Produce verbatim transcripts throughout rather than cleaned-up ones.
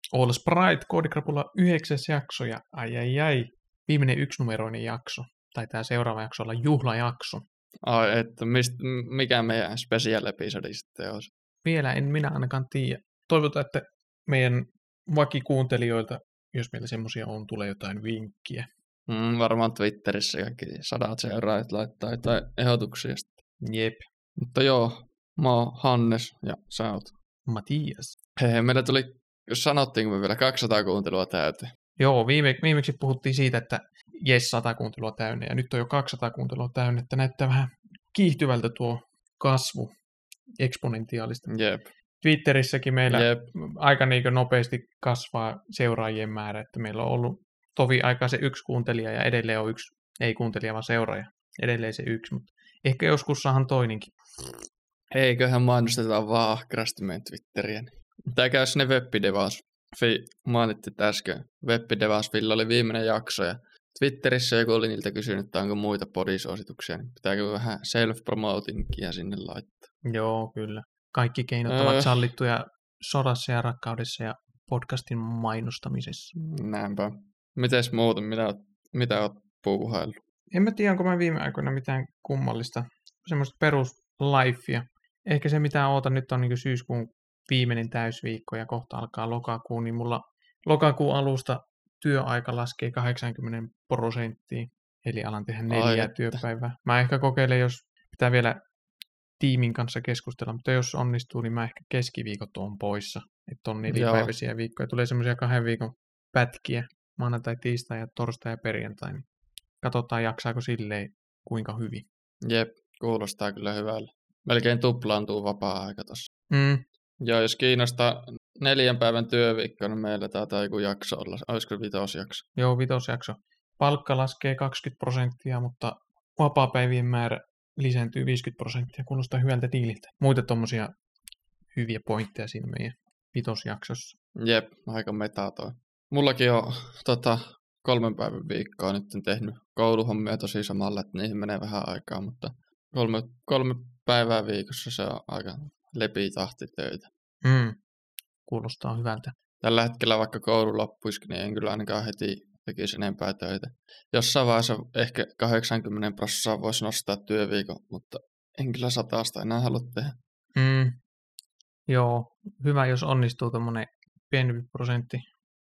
All Sprite, koodikrapula yhdeksäs jakso ja ai ai ai, viimeinen yksinumeroinen jakso. Tai tämä seuraava jakso olla juhlajakso. Ai, että mist, mikä meidän special episodi sitten olisi? Vielä en minä ainakaan tiedä. Toivotaan, että meidän vakikuuntelijoilta, jos meillä semmoisia on, tulee jotain vinkkiä. Mm, varmaan Twitterissä kaikki sadat seuraajat laittaa jotain ehdotuksia. Jep. Mutta joo, mä oon Hannes ja sä oot Matias. Hei, meillä tuli, jos sanottiinko me vielä kaksisataa kuuntelua täyteen. Joo, viime, viimeksi puhuttiin siitä, että jes, sata kuuntelua täynnä, ja nyt on jo kaksisataa kuuntelua täynnä, että näyttää vähän kiihtyvältä tuo kasvu eksponentiaalista. Jep. Twitterissäkin meillä Jep. aika niin nopeasti kasvaa seuraajien määrä, että meillä on ollut tovi aikaa se yksi kuuntelija, ja edelleen on yksi, ei kuuntelija, vaan seuraaja. Edelleen se yksi, mutta ehkä joskus saahan toinenkin. Eiköhän mainostetaan vaan ahkerasti meidän Twitteriä. Tää käy sinne Webidevas. Mainittiin äsken. Webidevasvilla oli viimeinen jakso ja Twitterissä joku oli niiltä kysynyt, että onko muita podisuosituksia, niin pitääkö vähän self-promotingia sinne laittaa. Joo, kyllä. Kaikki keinot öö. ovat sallittuja sodassa ja rakkaudessa ja podcastin mainostamisessa. Näinpä. Mites muuten? Mitä oot, mitä oot puuhaillut? En mä tiedä, onko mä viime aikoina mitään kummallista. Semmoista peruslifea. Ehkä se, mitä ootan nyt on niin syyskuun viimeinen täysviikko ja kohta alkaa lokakuu, niin mulla lokakuun alusta työaika laskee kahdeksankymmentä prosenttia, eli alan tehdä neljää Ai työpäivää. Mä ehkä kokeilen, jos pitää vielä tiimin kanssa keskustella, mutta jos onnistuu, niin mä ehkä keskiviikot on poissa, että on nelipäiväisiä Joo. viikkoja. Tulee semmoisia kahden viikon pätkiä, maanantai, tiistai ja torstai ja perjantai. Niin katsotaan, jaksaako silleen kuinka hyvin. Jep, kuulostaa kyllä hyvälle. Melkein tuplaantuu vapaa-aika tossa. Mm. Joo, jos kiinnostaa neljän päivän työviikko, niin meillä taitaa joku jakso olla. Olisiko vitosjakso? Joo, vitosjakso. Palkka laskee kaksikymmentä prosenttia, mutta vapaapäivien määrä lisääntyy viisikymmentä prosenttia. Kuulostaa hyvältä diililtä. Muita tommosia hyviä pointteja siinä meidän vitosjaksossa. Jep, aika metaa toi. Mullakin on tota, kolmen päivän viikkoa nyt tehnyt kouluhommia tosi samalla, että niihin menee vähän aikaa, mutta kolme, kolme päivää viikossa se on aika lepitahti töitä. Mm. Kuulostaa hyvältä. Tällä hetkellä vaikka koulu loppuisikin, niin en kyllä ainakaan heti tekisi enempää töitä. Jossain vaiheessa ehkä kahdeksankymmentä prosenttia voisi nostaa työviikon, mutta en kyllä sataasta enää halua tehdä. Mm. Joo, hyvä jos onnistuu tuommoinen pieni prosentti.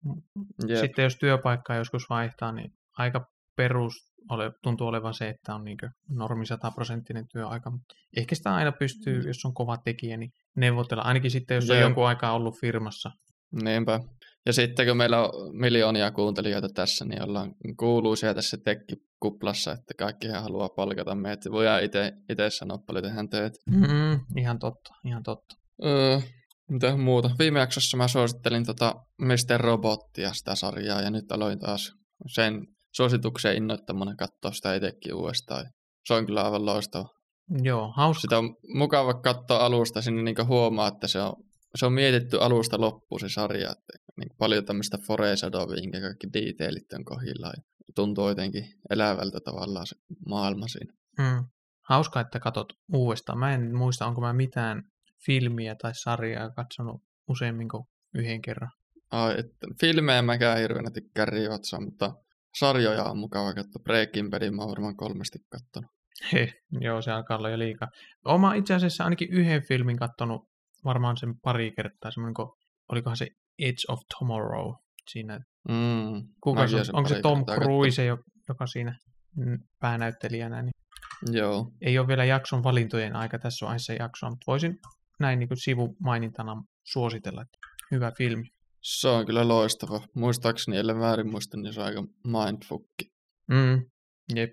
Jep. Sitten jos työpaikkaa joskus vaihtaa, niin aika perus ole, tuntuu olevan se, että on niin normi sataprosenttinen työaika. Mutta ehkä sitä aina pystyy, jos on kova tekijä, niin neuvotella. Ainakin sitten, jos Jep. on jonkun aikaa ollut firmassa. Niinpä. Ja sitten kun meillä on miljoonia kuuntelijoita tässä, niin ollaan kuuluisia tässä tekkikuplassa, että kaikki haluaa palkata meitä. Voidaan itse sanoa paljon tehdään töitä. Mm-hmm. Ihan totta, ihan totta. Öö, mitä muuta? Viime jaksossa mä suosittelin tota mister Robottia sitä sarjaa, ja nyt aloin taas sen suosituksen innoittamana katsoa sitä itsekin uudestaan. Se on kyllä aivan loistava. Joo, hauska. Sitä on mukava katsoa alusta, sinne niin huomaa, että se on, se on mietitty alusta loppuun se sarja. Että niin paljon tämmöistä foresadovia, minkä kaikki detailit on kohdillaan. Tuntuu jotenkin elävältä tavallaan se maailma siinä. Hmm. Hauska, että katot uudestaan. Mä en muista, onko mä mitään filmiä tai sarjaa katsonut useammin kuin yhden kerran. Ai, että filmejä mäkään hirveänä tykkään riivatsaa, mutta sarjoja on mukava katsoa. Breaking Badin mä oon varmaan kolmesti kattonut. He, joo, se alkaa olla jo liikaa. Oma itse asiassa ainakin yhden filmin kattonut varmaan sen pari kertaa. Semmoinen kuin, olikohan se Edge of Tomorrow siinä. Mm, Kuka se on? Onko se Tom Cruise, joka siinä päänäyttelijänä? Niin joo. Ei ole vielä jakson valintojen aika tässä vaiheessa jaksoa, mutta voisin näin niin kuin sivumainintana suositella, että hyvä filmi. Se on kyllä loistava. Muistaakseni, ellei väärin muista, niin se on aika mindfuckki. Mm, jep.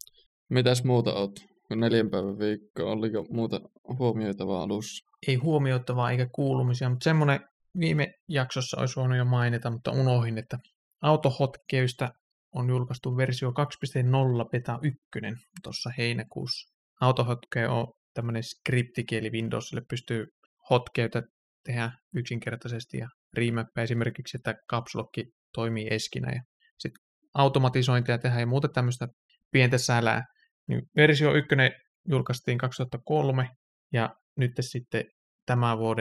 Mitäs muuta oot? Neljän päivän viikko, oliko muuta huomioitavaa alussa? Ei huomioitavaa eikä kuulumisia, mutta semmoinen viime jaksossa olisi voinut jo mainita, mutta unohdin, että AutoHotkeystä on julkaistu versio kaksi piste nolla beta yksi tuossa heinäkuussa. AutoHotkey on tämmöinen skriptikieli Windowsille, pystyy hotkeytä tehdä yksinkertaisesti ja remappia esimerkiksi, että caps lock toimii eskinä ja sitten automatisointia tehdä ja muuta tämmöistä pientä sälää. Niin versio yksi julkaistiin kaksituhattakolme ja nyt sitten tämän vuoden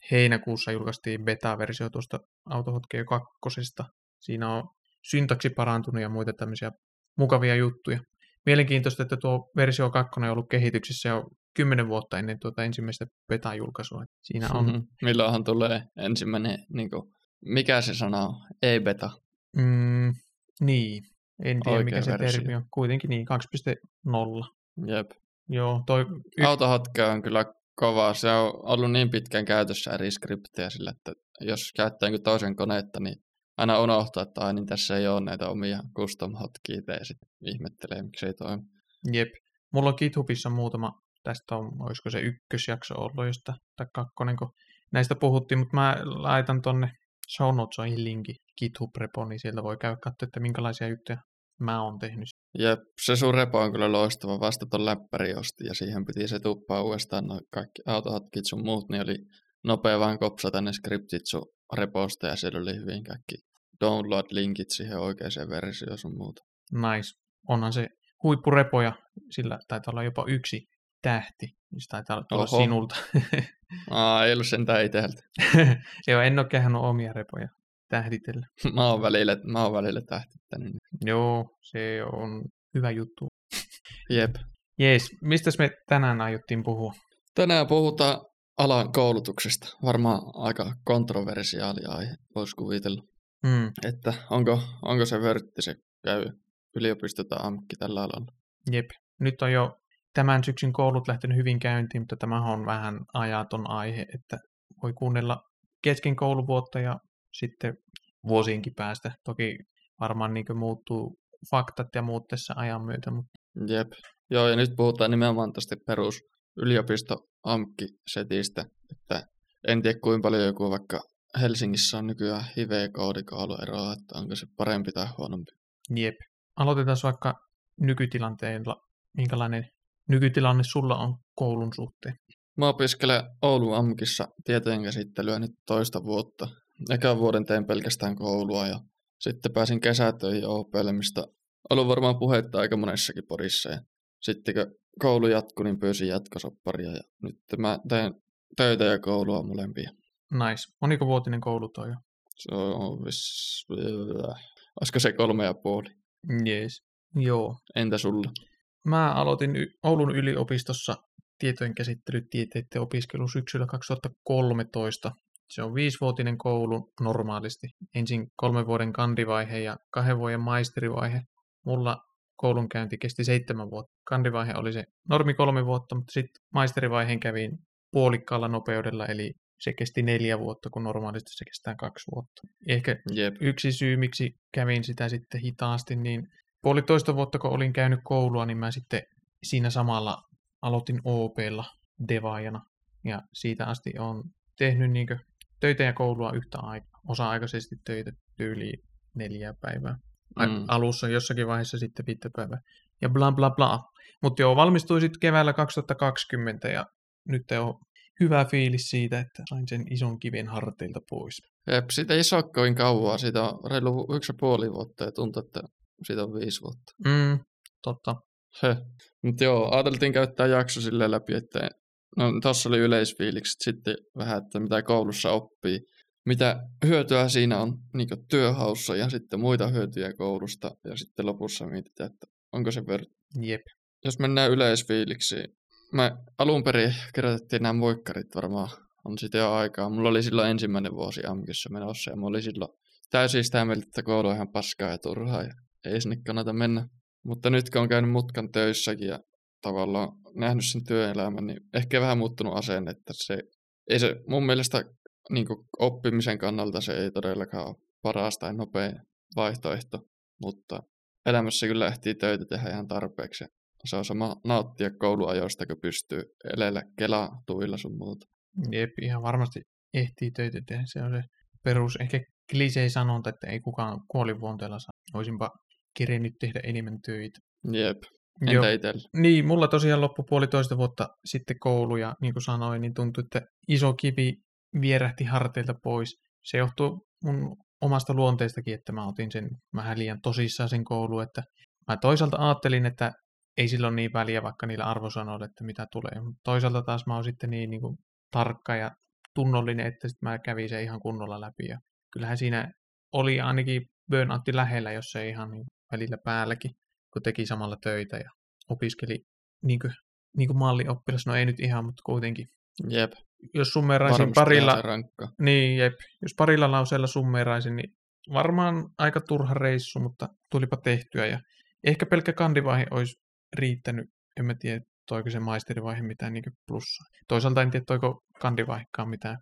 heinäkuussa julkaistiin beta-versio tuosta AutoHotkeyo kakkosesta. Siinä on syntaksi parantunut ja muita tämmöisiä mukavia juttuja. Mielenkiintoista, että tuo versio kaksi on ollut kehityksessä jo kymmenen vuotta ennen tuota ensimmäistä beta-julkaisua. Siinä on... Milloinhan tulee ensimmäinen, niin kuin, mikä se sana on? E-beta. Mm, niin, en tiedä Oikea mikä se versio. termi on. Kuitenkin niin, kaksi piste nolla. Jep. Joo, toi... Y- AutoHotkeyo on kyllä kova. Se on ollut niin pitkään käytössä eri skriptejä sillä, että jos käyttää jonkun toisen koneetta, niin aina unohtaa, että ai, niin tässä ei ole näitä omia custom hotkeyta ja sitten ihmettelee, miksi ei toimi. Jep. Mulla on GitHubissa muutama, tästä on, olisiko se ykkösjakso ollut josta, tai kakkonen, kun näistä puhuttiin, mutta mä laitan tonne show notesihin linkin GitHub-repoon, niin sieltä voi käydä katsoa, että minkälaisia juttuja mä oon tehnyt. Jep, se sun repo on kyllä loistava. Vasta ton läppäri osti ja siihen piti se tuppaa uudestaan noin kaikki AutoHotkit sun muut, niin oli nopea vaan kopsata ne skriptit sun reposta ja siellä oli hyvin kaikki download-linkit siihen oikeaan versioon sun muuta. Nice. Onhan se huippurepo ja sillä taitaa olla jopa yksi tähti. Se taitaa olla Oho. sinulta. Aa, ei ollut sentään iteltä. Joo, en ole kehannut omia repoja tähditellä. Mä oon välillä, mä oon välillä tähtittänyt. Joo, se on hyvä juttu. Jep. Jees, mistä me tänään aiottiin puhua? Tänään puhutaan alan koulutuksesta. Varmaan aika kontroversiaali aihe, voisi kuvitella. Mm. Että onko, onko se vörtti se käy yliopisto tai amkki tällä alalla? Jep. Nyt on jo tämän syksyn koulut lähtenyt hyvin käyntiin, mutta tämä on vähän ajaton aihe, että voi kuunnella kesken kouluvuotta ja sitten vuosienkin päästä. Toki varmaan niin muuttuu faktat ja muut tässä ajan myötä. Mutta... Jep. Joo, ja nyt puhutaan nimenomaan tästä perus yliopisto-amkki-setistä, että en tiedä kuinka paljon joku vaikka Helsingissä on nykyään H I V -koodikoulueroa, että onko se parempi tai huonompi. Jep. Aloitetaan vaikka nykytilanteella. Minkälainen nykytilanne sulla on koulun suhteen? Mä opiskelen Oulun amkissa tietojenkäsittelyä nyt toista vuotta. Ekan vuoden tein pelkästään koulua ja sitten pääsin kesätöihin O P:lle, mistä on ollut varmaan puhetta aika monessakin podissa. Ja sitten kun koulu jatkui, niin pyysin jatkosopparia ja nyt mä teen töitä ja koulua molempia. Nice. Moniko vuotinen koulu toi jo? Se on vis... Olisiko se kolme ja puoli? Jees. Joo. Entä sulla? Mä aloitin y- Oulun yliopistossa tietojenkäsittelytieteiden opiskelu syksyllä kaksituhattakolmetoista. Se on viisivuotinen koulu normaalisti. Ensin kolmen vuoden kandivaihe ja kahden vuoden maisterivaihe. Mulla koulunkäynti kesti seitsemän vuotta. Kandivaihe oli se normi kolme vuotta, mutta sitten maisterivaiheen kävin puolikkaalla nopeudella, eli se kesti neljä vuotta, kun normaalisti se kestää kaksi vuotta. Ehkä Jep. yksi syy, miksi kävin sitä sitten hitaasti, niin puolitoista vuotta, kun olin käynyt koulua, niin mä sitten siinä samalla aloitin O P:lla devaajana. Ja siitä asti olen tehnyt niin kuin töitä ja koulua yhtä aikaa. Osa-aikaisesti töitä tyyliin neljää päivää. Mm. Alussa jossakin vaiheessa sitten viittä päivää. Ja bla bla bla. Mutta joo, valmistuin sitten keväällä kaksituhattakaksikymmentä ja nyt on hyvä fiilis siitä, että sain sen ison kiven harteilta pois. Jep, siitä ei ole kovin kauaa. Siitä on reilu yksi ja puoli vuotta ja tuntuu, että siitä on viisi vuotta. Mm, totta. Mutta joo, ajateltiin käyttää jakso silleen läpi, että no tossa oli yleisfiilikset sitten vähän, että mitä koulussa oppii. Mitä hyötyä siinä on niin työhaussa ja sitten muita hyötyjä koulusta ja sitten lopussa mietitään, että onko se verta. Jep. Jos mennään yleisfiiliksiin. Mä alun perin kirjoitettiin nämä moikkarit varmaan. On sitten jo aikaa. Mulla oli silloin ensimmäinen vuosi amkissa menossa ja mä olin silloin täysin sitä mieltä, että koulu on ihan paskaa ja turhaa ja ei sinne kannata mennä. Mutta nyt kun on käynyt mutkan töissäkin ja tavallaan nähnyt sen työelämän, niin ehkä vähän muuttunut asenne, että se ei se mun mielestä niin kuin oppimisen kannalta se ei todellakaan ole paras tai nopea vaihtoehto, mutta elämässä kyllä ehtii töitä tehdä ihan tarpeeksi. Se on sama nauttia kouluajoista, kun pystyy elellä Kela-tuilla sun muuta. Jep, ihan varmasti ehtii töitä tehdä. Se on se perus, ehkä klisee sanonta, että ei kukaan kuolivuonteella saa. Olisinpa kerennyt tehdä enemmän töitä. Jep, entä itsellä? Niin, mulla tosiaan loppui puolitoista vuotta sitten koulu ja niin kuin sanoin, niin tuntui, että iso kivi vierähti harteilta pois. Se johtuu mun omasta luonteestakin, että mä otin sen vähän liian tosissaan sen kouluun, että mä toisaalta ajattelin, että ei sillä ole niin väliä vaikka niillä arvosanoilla, että mitä tulee. Toisaalta taas mä oon sitten niin, niin kuin tarkka ja tunnollinen, että sitten mä kävin sen ihan kunnolla läpi. Ja kyllähän siinä oli ainakin burnoutti lähellä, jos ei ihan niin välillä päälläkin, kun teki samalla töitä ja opiskeli niin kuin, niin kuin mallioppilas. No ei nyt ihan, mutta kuitenkin. Jep. Jos summeraisin Varmasti parilla, se rankka. niin jep, jos parilla lauseella summeraisin, niin varmaan aika turha reissu, mutta tulipa tehtyä. Ja ehkä pelkkä kandivaihe olisi riittänyt. En mä tiedä, toiko se maisterivaihe mitään niin plussaa. Toisaalta en tiedä, toiko kandivaihekaan mitään.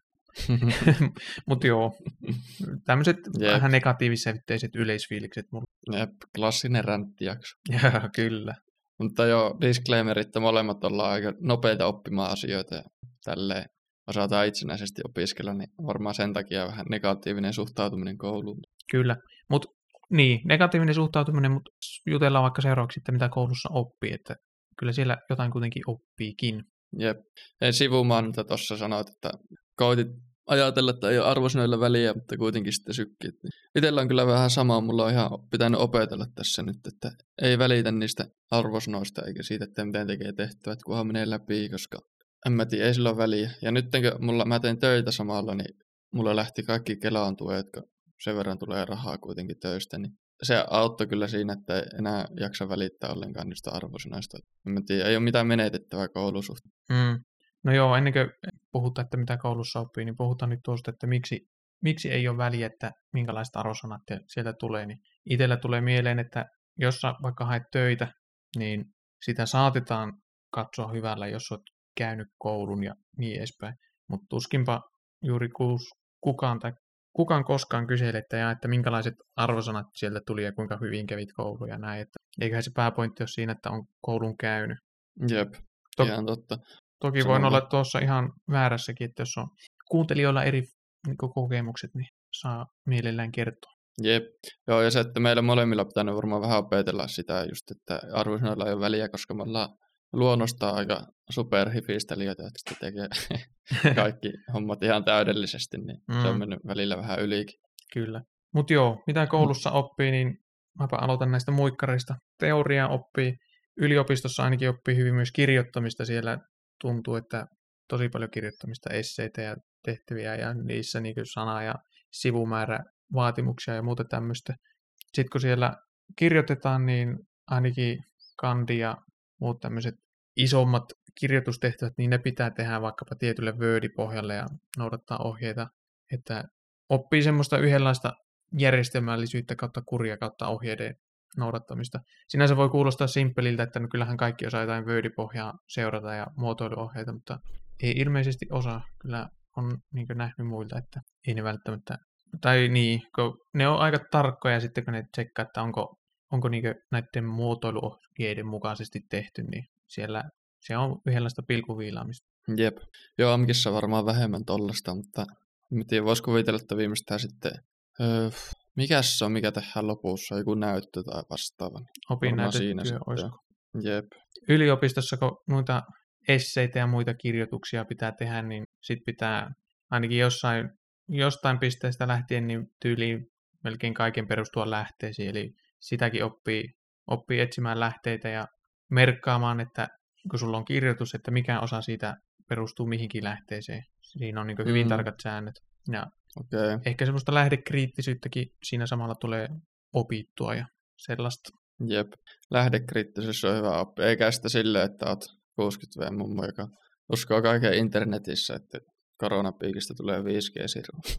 Mutta joo, tämmöiset vähän negatiivisevitteiset yleisfiilikset mulla. Jep, klassinen ränttijakso. Jaa, kyllä. Mutta joo, disclaimer, että molemmat ollaan aika nopeita oppimaan asioita ja tälleen osataan itsenäisesti opiskella, niin varmaan sen takia vähän negatiivinen suhtautuminen kouluun. Kyllä, mutta niin, negatiivinen suhtautuminen, mutta jutellaan vaikka seuraavaksi sitten, mitä koulussa oppii, että kyllä siellä jotain kuitenkin oppiikin. Jep, en sivumaan, mitä tuossa sanoit, että koitit ajatella, että ei ole arvosanoilla väliä, mutta kuitenkin sitten sykkii. Itsellä on kyllä vähän samaa, mulla on ihan pitänyt opetella tässä nyt, että ei välitä niistä arvosanoista eikä siitä, että miten tekee tehtävät, kunhan menee läpi, koska en mä tiedä, ei sillä ole väliä. Ja nyt kun mulla, mä teen töitä samalla, niin mulla lähti kaikki Kelaan tuet, jotka sen verran tulee rahaa kuitenkin töistä, niin se auttoi kyllä siinä, että ei enää jaksa välittää ollenkaan niistä arvosanoista. En mä tiedä, ei ole mitään menetettävää koulusuhteen. Mm. No joo, ennen kuin puhutaan, että mitä koulussa oppii, niin puhutaan nyt tuosta, että miksi, miksi ei ole väliä, että minkälaiset arvosanat sieltä tulee. Niin itsellä tulee mieleen, että jos sä vaikka haet töitä, niin sitä saatetaan katsoa hyvällä, jos olet käynyt koulun ja niin edespäin. Mutta tuskinpa juuri kukaan tai kukaan koskaan kyseli, että, ja, että minkälaiset arvosanat sieltä tuli ja kuinka hyvin kävit kouluun ja näin. Että eiköhän se pääpointti ole siinä, että on koulun käynyt. Jep, to- ihan totta. Toki voin olla tuossa ihan väärässäkin, että jos on kuuntelijoilla eri niin kokemukset, niin saa mielellään kertoa. Jep, joo, ja se, että meillä molemmilla pitää varmaan vähän opetella sitä just, että arvosanoilla ei ole väliä, koska me ollaan luonnostaan aika superhifistelijöitä, että sitä tekee kaikki hommat ihan täydellisesti, niin mm. se on mennyt välillä vähän ylikin. Kyllä. Mutta joo, mitä koulussa oppii, niin mäpä aloitan näistä muikkareista. Teoriaa oppii, yliopistossa ainakin oppii hyvin myös kirjoittamista. Siellä tuntuu, että tosi paljon kirjoittamista, esseitä ja tehtäviä ja niissä niin sana- ja sivumäärä vaatimuksia ja muuta tämmöistä. Sitten kun siellä kirjoitetaan, niin ainakin kandi ja muut tämmöiset isommat kirjoitustehtävät, niin ne pitää tehdä vaikkapa tietylle Word-pohjalle ja noudattaa ohjeita, että oppii semmoista yhdenlaista järjestelmällisyyttä kautta kuria kautta ohjeiden noudattamista. Sinänsä voi kuulostaa simppeliltä, että no kyllähän kaikki osaa jotain Word-pohjaa seurata ja muotoiluohjeita, mutta ei ilmeisesti osaa. Kyllä on niin nähnyt muilta, että ei ne välttämättä, tai niin, kun ne on aika tarkkoja sitten, kun ne tsekkaa, että onko, onko niin näiden muotoiluohjeiden mukaisesti tehty, niin siellä se on yhdenlaista pilkuviilaamista. Jep. Joo, Amkissa varmaan vähemmän tollasta, mutta en tiedä, voisi kuvitella, että viimeistään sitten, öö, mikäs se on, mikä tehdään lopussa, joku näyttö tai vastaava. Opinnäytetyö olisiko? Jep. Yliopistossa, kun noita esseitä ja muita kirjoituksia pitää tehdä, niin sit pitää ainakin jossain, jostain pisteestä lähtien niin tyyliin melkein kaiken perustua lähteisiin, eli sitäkin oppii, oppii etsimään lähteitä ja merkkaamaan, että kun sulla on kirjoitus, että mikä osa siitä perustuu mihinkin lähteeseen. Siinä on niin kuin hyvin mm. tarkat säännöt. Ja okay. Ehkä semmoista lähdekriittisyyttäkin siinä samalla tulee opittua ja sellaista. Jep. Lähdekriittisyys on hyvä oppi. Eikä sitä silleen, että olet kuusikymmentä vuotias mummo, joka uskoo kaiken internetissä, että koronapiikistä tulee viisi G-siru.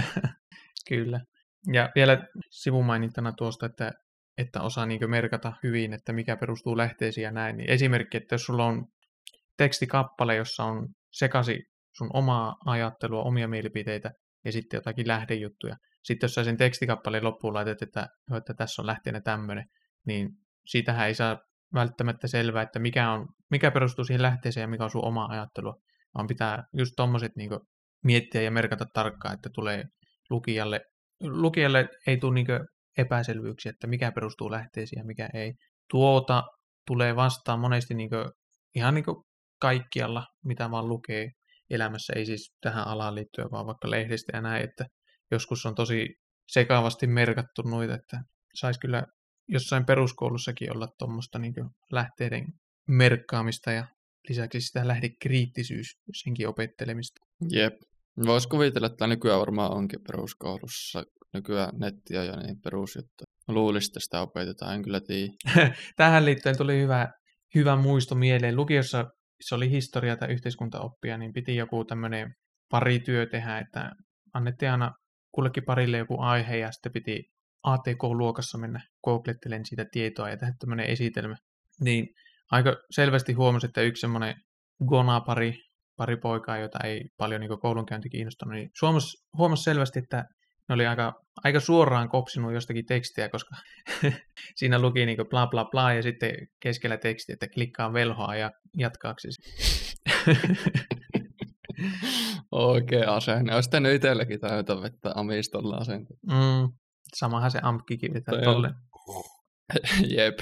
Kyllä. Ja vielä sivumainintana tuosta, että, että osaa niin merkata hyvin, että mikä perustuu lähteisiin ja näin. Niin esimerkki, että jos sulla on tekstikappale, jossa on sekaisin sun omaa ajattelua, omia mielipiteitä ja sitten jotakin lähdejuttuja. Sitten jos sä sen tekstikappaleen loppuun laitat, että, että tässä on lähteenä tämmöinen, niin siitähän ei saa välttämättä selvää, että mikä, on, mikä perustuu siihen lähteeseen ja mikä on sun oma ajattelua, vaan pitää just tommoset niin kuin miettiä ja merkata tarkkaan, että tulee lukijalle, lukijalle ei tule niin kuin epäselvyyksiä, että mikä perustuu lähteeseen ja mikä ei. Tuota tulee vastaan monesti niin kuin, ihan niin kuin kaikkialla, mitä vaan lukee elämässä, ei siis tähän alaan liittyen, vaan vaikka lehdestä ja näin, että joskus on tosi sekavasti merkattu noita, että saisi kyllä jossain peruskoulussakin olla tuommoista niin kuin lähteiden merkkaamista ja lisäksi sitä lähdekriittisyys, senkin opettelemista. Jep. Voisi kuvitella, että nykyään varmaan onkin peruskoulussa. Nykyään netti on jo niin perusjuttu. Luulisin, että sitä opetetaan, en kyllä tiedä. Tähän liittyen tuli hyvä, hyvä muisto mieleen. Lukiossa se oli historia tai yhteiskuntaoppia, niin piti joku tämmöinen parityö tehdä, että annettiin aina kullekin parille joku aihe ja sitten piti A T K-luokassa mennä googlettelemaan siitä tietoa ja tehdä tämmöinen esitelmä. Niin aika selvästi huomasi, että yksi semmoinen gona-pari, pari poikaa, jota ei paljon niin koulunkäynti kiinnostanut, niin huomasi, huomasi selvästi, että ne oli aika, aika suoraan kopsinut jostakin tekstiä, koska siinä luki niin bla bla bla ja sitten keskellä teksti, että klikkaa velhoa ja jatkaaksi. Oikein asenne. Olisi tehnyt itselläkin täytä vettä amistolla asente. Mm, samahan se ampkikin vetää tolleen. Jep.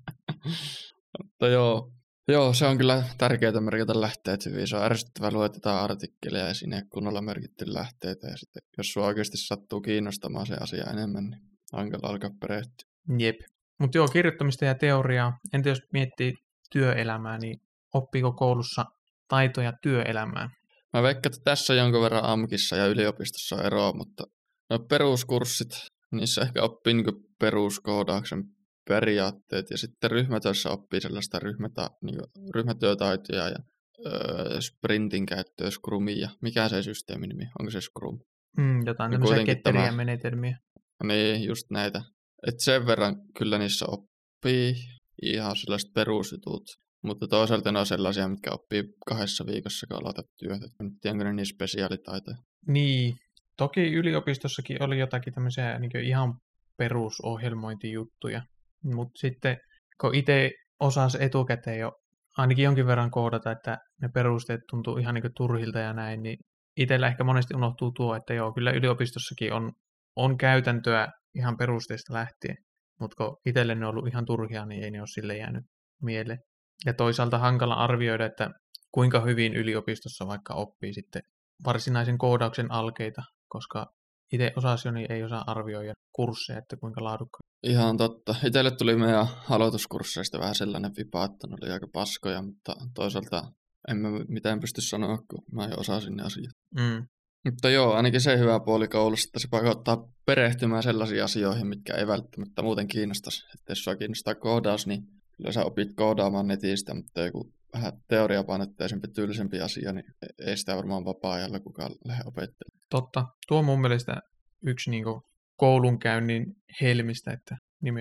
Mutta joo. Joo, se on kyllä tärkeää merkitä lähteet hyvin. Se on ärsyttävää luetetaan artikkelia ja siinä ei kunnolla merkitty lähteitä. Ja sitten jos sua oikeasti sattuu kiinnostamaan se asia enemmän, niin hankala alkaa perehtyä. Jep. Mutta joo, kirjoittamista ja teoriaa. Entä jos miettii työelämää, niin oppiiko koulussa taitoja työelämään? Mä veikkaan, että tässä jonkun verran AMKissa ja yliopistossa on eroa, mutta no peruskurssit, niissä ehkä oppii niin peruskoodauksen periaatteet ja sitten ryhmätöissä oppii sellaista ryhmätä, niin ryhmätyötaitoja ja öö, sprintin käyttöä, Scrumia. Mikä se systeemin nimi? Onko se Scrum? Mm, jotain no tämmöisiä ketteriä tämä menetelmiä. Niin, just näitä. Et sen verran kyllä niissä oppii ihan sellaiset perusjutut, mutta toisaalta ne on sellaisia, mitkä oppii kahdessa viikossa, kun aloitat työtä. En tiedä, onko ne niin spesiaalitaitoja. Niin, toki yliopistossakin oli jotakin tämmöisiä niin ihan perusohjelmointijuttuja, mutta sitten kun itse osasi etukäteen jo ainakin jonkin verran koodata, että ne perusteet tuntuu ihan niin turhilta ja näin, niin itsellä ehkä monesti unohtuu tuo, että joo, kyllä yliopistossakin on, on käytäntöä ihan perusteista lähtien, mutta kun itselle ne on ollut ihan turhia, niin ei ne ole sille jäänyt mieleen. Ja toisaalta hankala arvioida, että kuinka hyvin yliopistossa vaikka oppii sitten varsinaisen koodauksen alkeita, koska itse osasi jo, niin ei osaa arvioida kursseja, että kuinka laadukkaita. Ihan totta. Itselle tuli meidän aloituskursseista vähän sellainen vipa, että ne oli aika paskoja, mutta toisaalta en mä mitään pysty sanoa, kun mä jo osasin ne asiat. Mm. Mutta joo, ainakin se hyvä puoli koulussa, että se pakottaa perehtymään sellaisiin asioihin, mitkä ei välttämättä muuten kiinnostaisi. Että jos sua kiinnostaa koodaus, niin kyllä sä opit koodaamaan netistä, mutta joku vähän teoriapainotteisempi, tyylisempi asia, niin ei sitä varmaan vapaa-ajalla kukaan lähde opettelemaan. Totta. Tuo on mun mielestä yksi niin kuin koulunkäynnin helmistä, että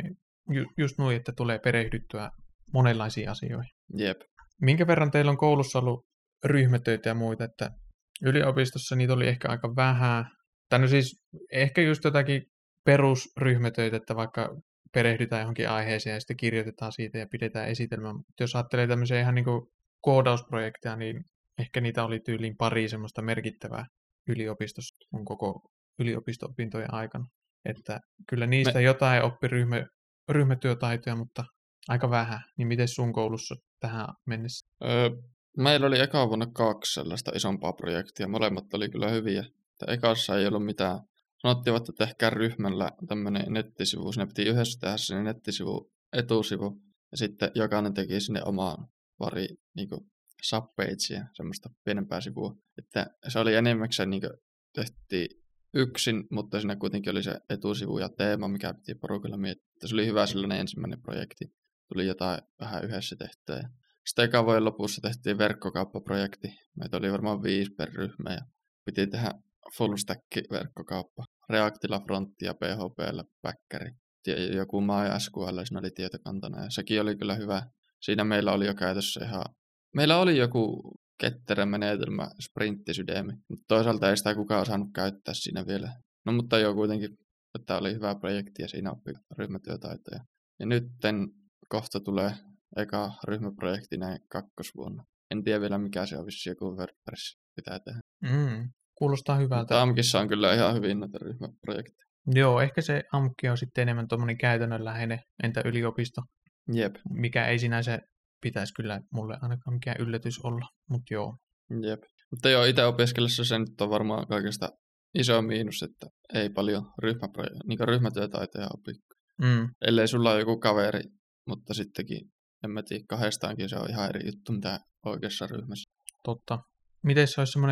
ju, just noin, että tulee perehdyttyä monenlaisiin asioihin. Jep. Minkä verran teillä on koulussa ollut ryhmätöitä ja muita, että yliopistossa niitä oli ehkä aika vähän. Tai no siis ehkä just jotakin perusryhmätöitä, että vaikka perehdytään johonkin aiheeseen ja sitten kirjoitetaan siitä ja pidetään esitelmää. Mutta jos ajattelee tämmöisiä ihan niin kuin koodausprojekteja, niin ehkä niitä oli tyyliin pari semmoista merkittävää yliopistossa on koko yliopisto-opintojen aikana. Että kyllä niistä Me... jotain oppi ryhmä, ryhmätyötaitoja, mutta aika vähän. Niin miten sun koulussa tähän mennessä? Öö, meillä oli eka vuonna kaksi sellaista isompaa projektia. Molemmat oli kyllä hyviä. Ekassa ei ollut mitään. Sanottiin, että tehkää ryhmällä tämmöinen nettisivu. Sinne piti yhdessä tehdä sinne nettisivu, etusivu. Ja sitten jokainen teki sinne omaan pari niin subpagea, semmoista pienempää sivua. Että se oli enimmäkseen niin tehtiin yksin, mutta siinä kuitenkin oli se etusivu ja teema, mikä piti porukalla miettiä. Se oli hyvä sellainen ensimmäinen projekti. Tuli jotain vähän yhdessä tehtyä. Sitten ekan vuoden lopussa tehtiin verkkokauppaprojekti. Meitä oli varmaan viisi per ryhmä ja piti tehdä full stack verkkokauppa. Reactilla frontti ja P H P:llä backeri. Joku maa ja S Q L siinä oli tietokantana ja sekin oli kyllä hyvä. Siinä meillä oli jo käytössä ihan... Meillä oli joku ketterä menetelmä, sprinttisydämi, mutta toisaalta ei sitä kukaan osannut käyttää siinä vielä. No mutta joo kuitenkin, että oli hyvä projekti ja siinä oppi ryhmätyötaitoja. Ja nytten kohta tulee eka ryhmäprojekti näin kakkosvuonna. En tiedä vielä mikä se on, vissi joku WordPress pitää tehdä. Mm, kuulostaa hyvältä. Mutta AMKissa on kyllä ihan hyvin näitä ryhmäprojekteja. Joo, ehkä se AMKki on sitten enemmän tuommoinen käytännönläheinen, entä yliopisto. Jep. Mikä ei sinänsä pitäisi kyllä mulle ainakaan mikään yllätys olla, mutta joo. Jep. Mutta joo, itse opiskellessa se nyt on varmaan kaikista iso miinus, että ei paljon ryhmäproje- niin ryhmätyötaitoja opi. Mm. Ellei sulla ole joku kaveri, mutta sittenkin, en mä tiedä, kahdestaankin se on ihan eri juttu, mitä oikeassa ryhmässä. Totta. Miten se olisi semmoinen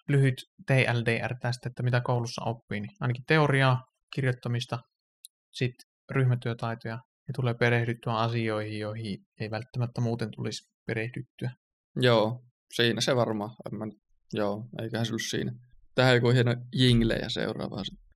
lyhyt T L D R tästä, että mitä koulussa oppii. Niin ainakin teoriaa, kirjoittamista, sitten ryhmätyötaitoja ja tulee perehdyttyä asioihin, joihin ei välttämättä muuten tulisi perehdyttyä. Joo, siinä se varmaan. Mä, joo, eiköhän se ollut siinä. Tähän joku hieno jingle ja seuraavaa sitten.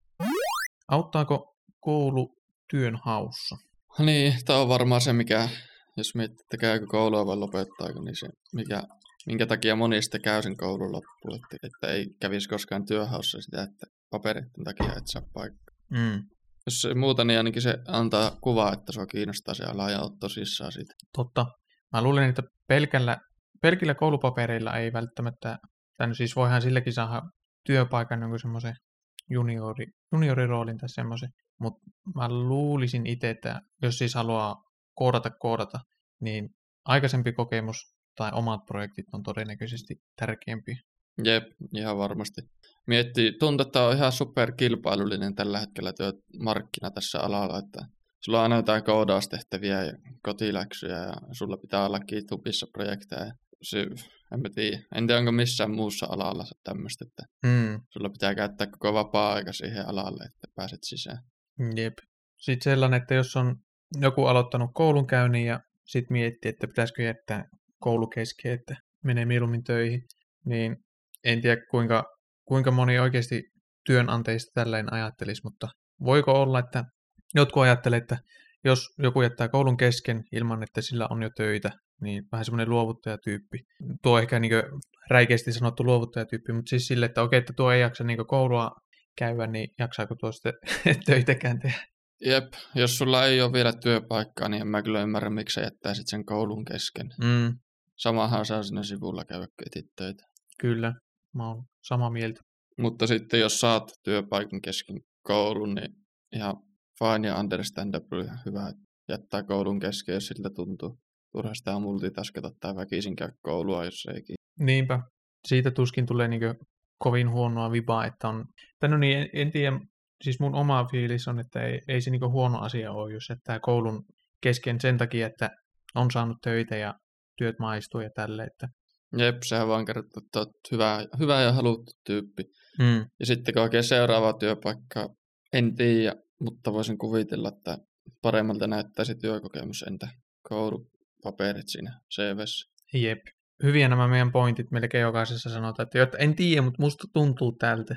Auttaako koulu työn haussa? Niin, tämä on varmaan se, mikä, jos miettii, että käykö koulua vai lopettaako, niin se, mikä, minkä takia moni sitten käy sen koulun loppuun, että, että ei kävisi koskaan työhaussa sitä, että papereiden takia et saa paikkaa. Mm. Jos se muuta, niin ainakin se antaa kuvaa, että sua kiinnostaa se ala ja oot tosissaan siitä. Totta. Mä luulen, että pelkällä, pelkillä koulupapereilla ei välttämättä, tai siis voihan silläkin saada työpaikan jonkun semmoisen juniori, junioriroolin tai semmoisen, mutta mä luulisin itse, että jos siis haluaa koodata koodata, niin aikaisempi kokemus tai omat projektit on todennäköisesti tärkeämpiä. Jep, ihan varmasti. Miettii, tuntuu, että on ihan superkilpailullinen tällä hetkellä työmarkkina tässä alalla, että sulla on aina jotain koodaustehtäviä ja kotiläksyjä ja sulla pitää olla GitHubissa projekteja. Se, en mä tiedä. En tiedä, onko missään muussa alalla tämmöistä, että Mm. sulla pitää käyttää koko vapaa-aika siihen alalle, että pääset sisään. Jep. Sitten sellainen, että jos on joku aloittanut koulunkäynnin ja sitten miettii, että pitäisikö jättää koulu kesken, että menee mieluummin töihin, niin en tiedä kuinka, kuinka moni oikeasti työnantajista tälleen ajattelisi, mutta voiko olla, että jotkut ajattelee, että jos joku jättää koulun kesken ilman, että sillä on jo töitä, niin vähän semmoinen luovuttajatyyppi. Tuo ehkä niin räikeästi sanottu luovuttajatyyppi, mutta siis sille, että okei, että tuo ei jaksa niin koulua käydä, niin jaksaako tuo sitten töitäkään tehdä? Jep, jos sulla ei ole vielä työpaikkaa, niin en mä kyllä ymmärrä, miksi sä jättäisit sen koulun kesken. Mm, Samahan saa sinne sivulla käydä etit töitä. kyllä, mä oon samaa mieltä. Mutta sitten jos saat työpaikan kesken koulun, niin ihan fine ja understandable ja hyvä, että jättää koulun kesken, jos siltä tuntuu. Turha sitä multitaskata tai väkisin käy koulua, jos eikin. Niinpä. Siitä tuskin tulee niin kovin huonoa vibaa, että on... Tai no niin, en, en tiedä, siis mun oma fiilis on, että ei, ei se niin huono asia ole, jos jättää koulun kesken sen takia, että on saanut töitä ja työt maistuu ja tälle, että... Jep, sehän vaan kertoo, että olet hyvä, hyvä ja haluttu tyyppi. Mm. Ja sitten kun oikein seuraavaa työpaikkaa, en tiedä, mutta voisin kuvitella, että paremmalta näyttäisi työkokemus entä koulupaperit siinä C V:ssä. Jep. Hyviä nämä meidän pointit, melkein jokaisessa sanotaan, että jotta en tiedä, mutta musta tuntuu tältä.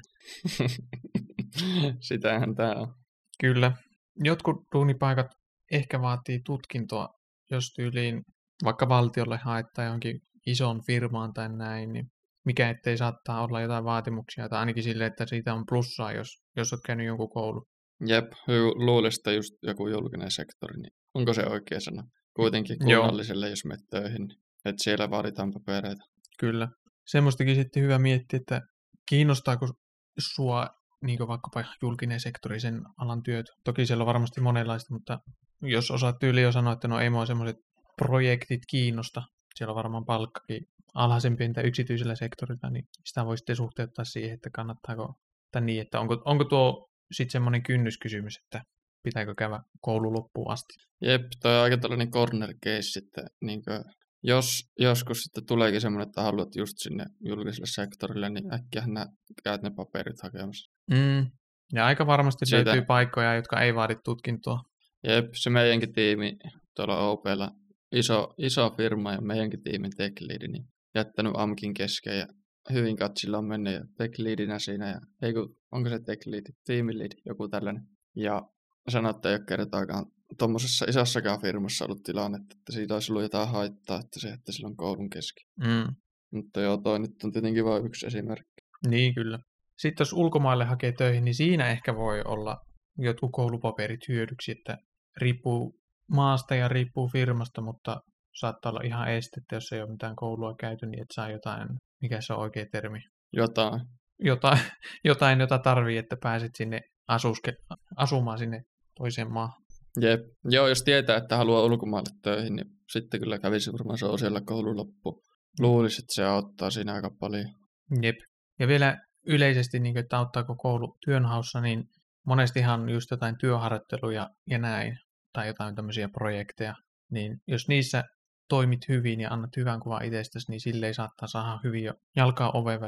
Sitähän tämä on. Kyllä. Jotkut duunipaikat ehkä vaatii tutkintoa, jos tyyliin vaikka valtiolle haettaa johonkin ison firmaan tai näin, niin mikä ettei saattaa olla jotain vaatimuksia, tai ainakin sille, että siitä on plussaa, jos, jos olet käynyt jonkun koulun. Jep, luulisin, että just joku julkinen sektori, niin onko se oikea sana? Kuitenkin kunnalliselle, jos menet töihin, niin että siellä vaaditaan papereita. Kyllä. Semmoistakin sitten hyvä miettiä, että kiinnostaako sua niin vaikkapa julkinen sektori, sen alan työt. Toki siellä on varmasti monenlaista, mutta jos osaat tyyliin jo sanoa, että no ei mua semmoiset projektit kiinnosta, siellä on varmaan palkkakin alhaisempi entä yksityisellä sektorilla, niin sitä voi sitten suhteuttaa siihen, että kannattaako, tai niin, että onko, onko tuo sitten semmoinen kynnyskysymys, että pitääkö käydä koulu loppuun asti. Jep, toi on aika tällainen corner case sitten, niin kuin, jos joskus sitten tuleekin semmoinen, että haluat just sinne julkiselle sektorille, niin äkkiä nää, käyt ne paperit hakemassa. Mm. Ja aika varmasti Siitä... löytyy paikkoja, jotka ei vaadi tutkintoa. Jep, se meidänkin tiimi tuolla O P:llä, iso, iso firma ja meidänkin tiimin tech lead, niin jättänyt A M K:n kesken ja hyvin katsilla on mennyt ja tech leadinä siinä. Ja, ei kun, onko se tech lead, team lead, joku tällainen. Ja sanoi, että ei ole kertaakaan tuommoisessa isossakaan firmassa ollut tilanne, että siitä olisi ollut jotain haittaa, että se jätti silloin koulun kesken. Mm. Mutta joo, toi nyt on tietenkin vain yksi esimerkki. Niin, kyllä. Sitten jos ulkomaille hakee töihin, niin siinä ehkä voi olla jotkut koulupaperit hyödyksi, että riippuu maasta ja riippuu firmasta, mutta saattaa olla ihan estettä, jos ei ole mitään koulua käyty, niin et saa jotain, mikä se on oikea termi? Jotain. Jotain, jotain jota tarvii, että pääset sinne asuske, asumaan sinne toiseen maahan. Jep. Joo, jos tietää, että haluaa ulkomaille töihin, niin sitten kyllä kävisi varmaan se on siellä koulun loppu. Luulisi, että se auttaa siinä aika paljon. Jep. Ja vielä yleisesti, niin kuin, että auttaako koulu työnhaussa, niin monestihan just jotain työharjoitteluja ja näin, tai jotain tämmöisiä projekteja, niin jos niissä toimit hyvin ja annat hyvän kuvan itsestäsi, niin silleen saattaa saada hyvin jo jalkaa oven väliin.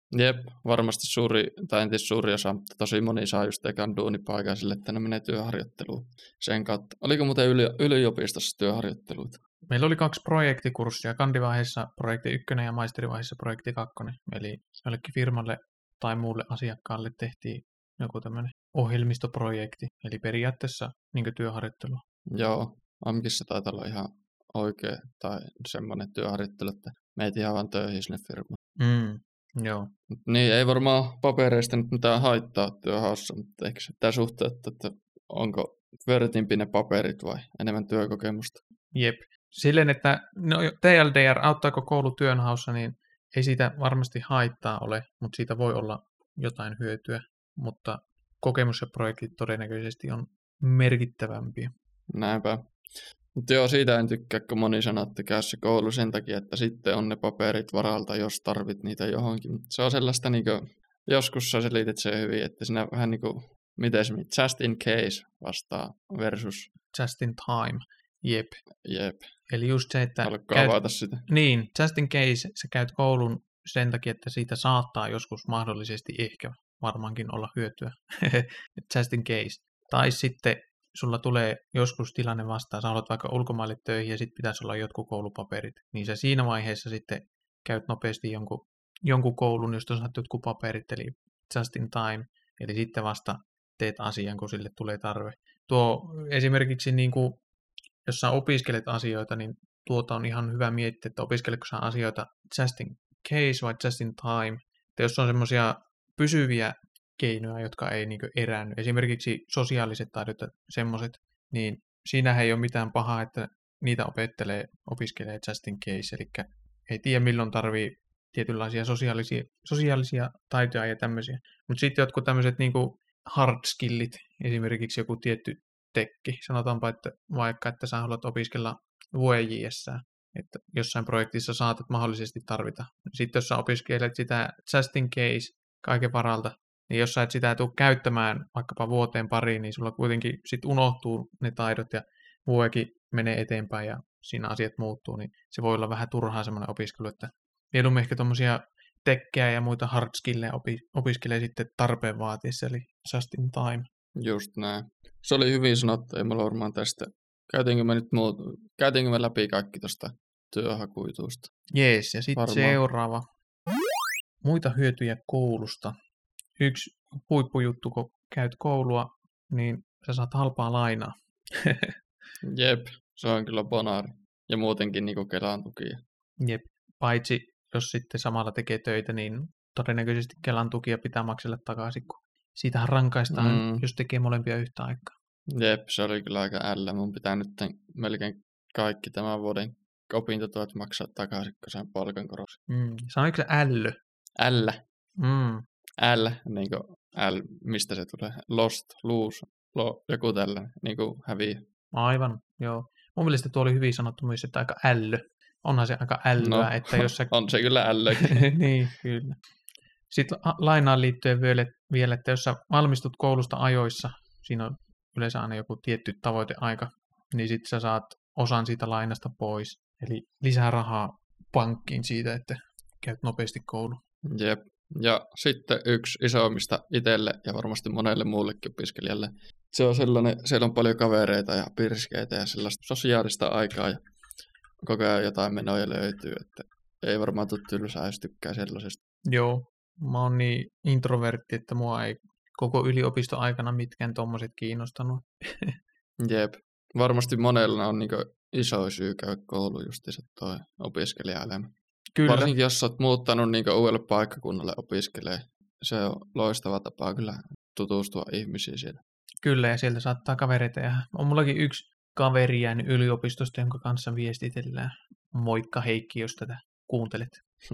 Jep, varmasti suuri, tai en tiedä suuri osa, mutta tosi moni saa just ekan duunipaikan sille, että ne menee työharjoitteluun sen kautta. Oliko muuten yli, yliopistossa työharjoitteluita? Meillä oli kaksi projektikurssia, kandivaiheessa projekti ykkönen ja maisterivaiheessa projekti kakkonen. Eli jollekin firmalle tai muulle asiakkaalle tehtiin joku tämmöinen ohjelmistoprojekti, eli periaatteessa niin työharjoittelua. Joo, Amkissa taitaa olla ihan oikea tai semmoinen työharjoittelu, että meitä ihan vaan töihin sinne firmaan. Mm, joo. Niin, ei varmaan papereista nyt mitään haittaa työhaussa, mutta ehkä se pitää suhteuttaa, että onko vertimpi ne paperit vai enemmän työkokemusta. Jep. Silleen, että no, T L D R, auttaako koulu työnhaussa, niin ei siitä varmasti haittaa ole, mutta siitä voi olla jotain hyötyä, mutta kokemus ja projektit todennäköisesti on merkittävämpiä. Näinpä. Mutta joo, siitä en tykkää, kun moni sanoo, että käy se koulu sen takia, että sitten on ne paperit varalta, jos tarvit niitä johonkin. Se on sellaista, niin kuin, joskus sä selitit sen hyvin, että siinä vähän niin kuin, miten se just in case vastaa versus just in time. Jep. Jep. Eli just se, että Haluatko käyt, avata sitä? Niin, just in case sä käyt koulun sen takia, että siitä saattaa joskus mahdollisesti ehkä varmaankin olla hyötyä. Just in case. Tai sitten sulla tulee joskus tilanne vastaan, sä haluat vaikka ulkomaille töihin ja sitten pitäisi olla jotkut koulupaperit, niin sä siinä vaiheessa sitten käyt nopeasti jonkun, jonkun koulun, josta saat jotkut paperit, eli just in time, eli sitten vasta teet asian, kun sille tulee tarve. Tuo esimerkiksi, niin kuin, jos sä opiskelet asioita, niin tuota on ihan hyvä miettiä, että opiskeletko sä asioita just in case vai just in time. Että jos on semmoisia pysyviä keinoja, jotka ei niin kuin eräänny, esimerkiksi sosiaaliset taidot ja semmoiset, niin siinä ei ole mitään pahaa, että niitä opettelee, opiskelee just in case, eli ei tiedä milloin tarvii tietynlaisia sosiaalisia, sosiaalisia taitoja ja tämmöisiä. Mutta sitten jotkut tämmöiset niin kuin hard skillit, esimerkiksi joku tietty tekki, sanotaanpa, että vaikka, että sä haluat opiskella V J S, että jossain projektissa saatat mahdollisesti tarvita. Sitten jos sä opiskelet sitä just in case kaiken varalta, niin jos sä et sitä tule käyttämään vaikkapa vuoteen pariin, niin sulla kuitenkin sit unohtuu ne taidot ja vuodekin menee eteenpäin ja siinä asiat muuttuu, niin se voi olla vähän turhaa semmoinen opiskelu, että mieluummin ehkä tuommoisia tekkejä ja muita hard skilleja opi, opiskelee sitten tarpeen vaatiessa, eli just in time. Just näin. Se oli hyvin sanottu, ei mulla varmaan tästä. Käytiinkö me nyt muut, käytiinkö me läpi kaikki tuosta työhakuitusta? Jees, ja sitten seuraava. Muita hyötyjä koulusta. Yksi huippujuttu, kun käyt koulua, niin sä saat halpaa lainaa. Jep, se on kyllä bonaari. Ja muutenkin niin kuin Kelan tukia. Jep, paitsi jos sitten samalla tekee töitä, niin todennäköisesti Kelan tukia pitää maksella takaisin, kun siitähän rankaistaan, mm. jos tekee molempia yhtä aikaa. Jep, se oli kyllä aika ällä. Mun pitää nyt melkein kaikki tämän vuoden opintotuet maksaa takaisin, kun se on palkankorotus. Mm. Sanoiko se ällö? Ällä. Mm. L, niin kuin L, mistä se tulee? Lost, lose, lo, joku tällainen, niin kuin häviä. Aivan, joo. Mun mielestä tuo oli hyvin sanottu myös, että aika ällö. Onhan se aika älyä, no, että jos sä... on se kyllä ällökin. Niin, kyllä. Sitten lainaan liittyen vielä, että jos sä valmistut koulusta ajoissa, siinä on yleensä aina joku tietty tavoiteaika, niin sitten sä saat osan siitä lainasta pois. Eli lisää rahaa pankkiin siitä, että käyt nopeasti kouluun. Jep. Ja sitten yksi isoimmista itselle ja varmasti monelle muullekin opiskelijalle. Se on sellainen, siellä on paljon kavereita ja pirskeitä ja sellaista sosiaalista aikaa ja koko ajan jotain menoja löytyy, että ei varmaan tule tylsää, jos tykkää sellaisesta. Joo, mä oon niin introvertti, että mua ei koko yliopiston aikana mitkään tommoset kiinnostanut. Jep, varmasti monella on niin iso syy käydä kouluun justiinsa toi opiskelija-elämä. Kyllä. Varsinkin jos olet muuttanut niin uudelle paikkakunnalle opiskelee, se on loistava tapa kyllä tutustua ihmisiin siellä. Kyllä, ja sieltä saattaa kavereita jäädä. On mullakin yksi kaveri jäänyt yliopistosta, jonka kanssa viestitellään. Moikka Heikki, jos tätä kuuntelet.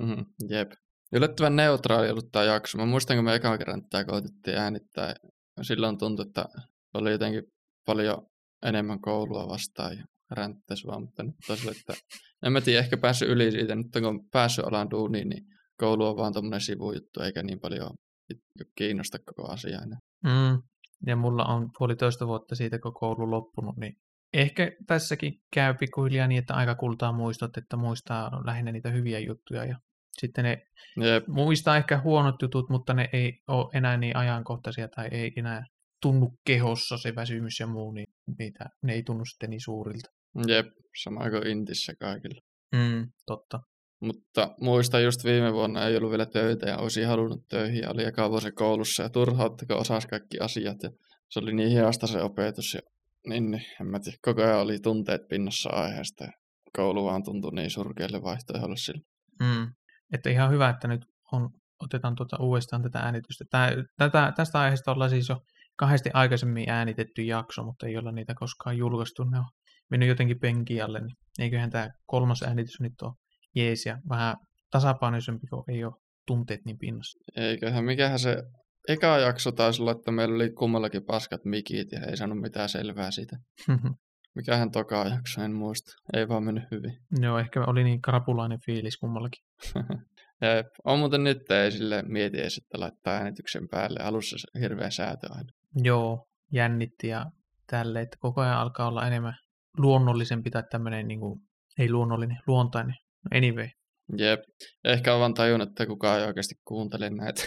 Jep. Yllättävän neutraali ollut tämä jakso. Mä muistan, kun me ekan kerran tätä koitettiin äänittää. Silloin tuntui, että oli jotenkin paljon enemmän koulua vastaan ja ränttäisi vaan, mutta nyt tosiaan, että en mä tiedä, ehkä päässyt yli siitä. Nyt kun päässyt alan duuniin, niin koulu on vaan tommoinen sivujuttu, eikä niin paljon kiinnosta koko asiaa. Mm. Ja mulla on puolitoista vuotta siitä, kun koulu loppunut, niin ehkä tässäkin käy pikkuhiljaa niin, että aika kultaa muistot, että muistaa lähinnä niitä hyviä juttuja ja Sitten ne Jep. muistaa ehkä huonot jutut, mutta ne ei ole enää niin ajankohtaisia tai ei enää tunnu kehossa se väsymys ja muu, niin niitä, ne ei tunnu sitten niin suurilta. Jep, sama kuin Intissä kaikilla. Mm, totta. Mutta muistan just viime vuonna ei ollut vielä töitä ja olisin halunnut töihin ja oli eka vuosi koulussa ja turhautti, kun osasi kaikki asiat ja se oli niin hieasta se opetus ja niin, niin en mä tiedä, koko ajan oli tunteet pinnassa aiheesta ja koulu vaan tuntui niin surkeille vaihtoehdolle sille. Mm. Että ihan hyvä, että nyt on, otetaan tuota uudestaan tätä äänitystä. Tää, tätä, tästä aiheesta ollaan siis jo kahdesti aikaisemmin äänitetty jakso, mutta ei olla niitä koskaan julkaistu. Ne on mennyt jotenkin penkin alle, niin eiköhän tämä kolmas äänitys nyt ole jees ja vähän tasapainoisempi, kun ei ole tunteet niin pinnassa. Eiköhän, mikähän se eka jakso taisi olla, että meillä oli kummallakin paskat mikit ja ei saanut mitään selvää siitä. Mikähän toka jakso, en muista. Ei vaan mennyt hyvin. Joo, ehkä oli niin krapulainen fiilis kummallakin. Ja on muuten nyt ei sille mieti edes, että laittaa äänityksen päälle. Alussa se hirveä säätö aina. Joo, jännitti ja tälle, että koko ajan alkaa olla enemmän luonnollisempi tai tämmöinen, niin kuin, ei luonnollinen, luontainen. Anyway. Jep. Ehkä olen vaan tajunnut, että kukaan ei oikeasti kuuntele näitä.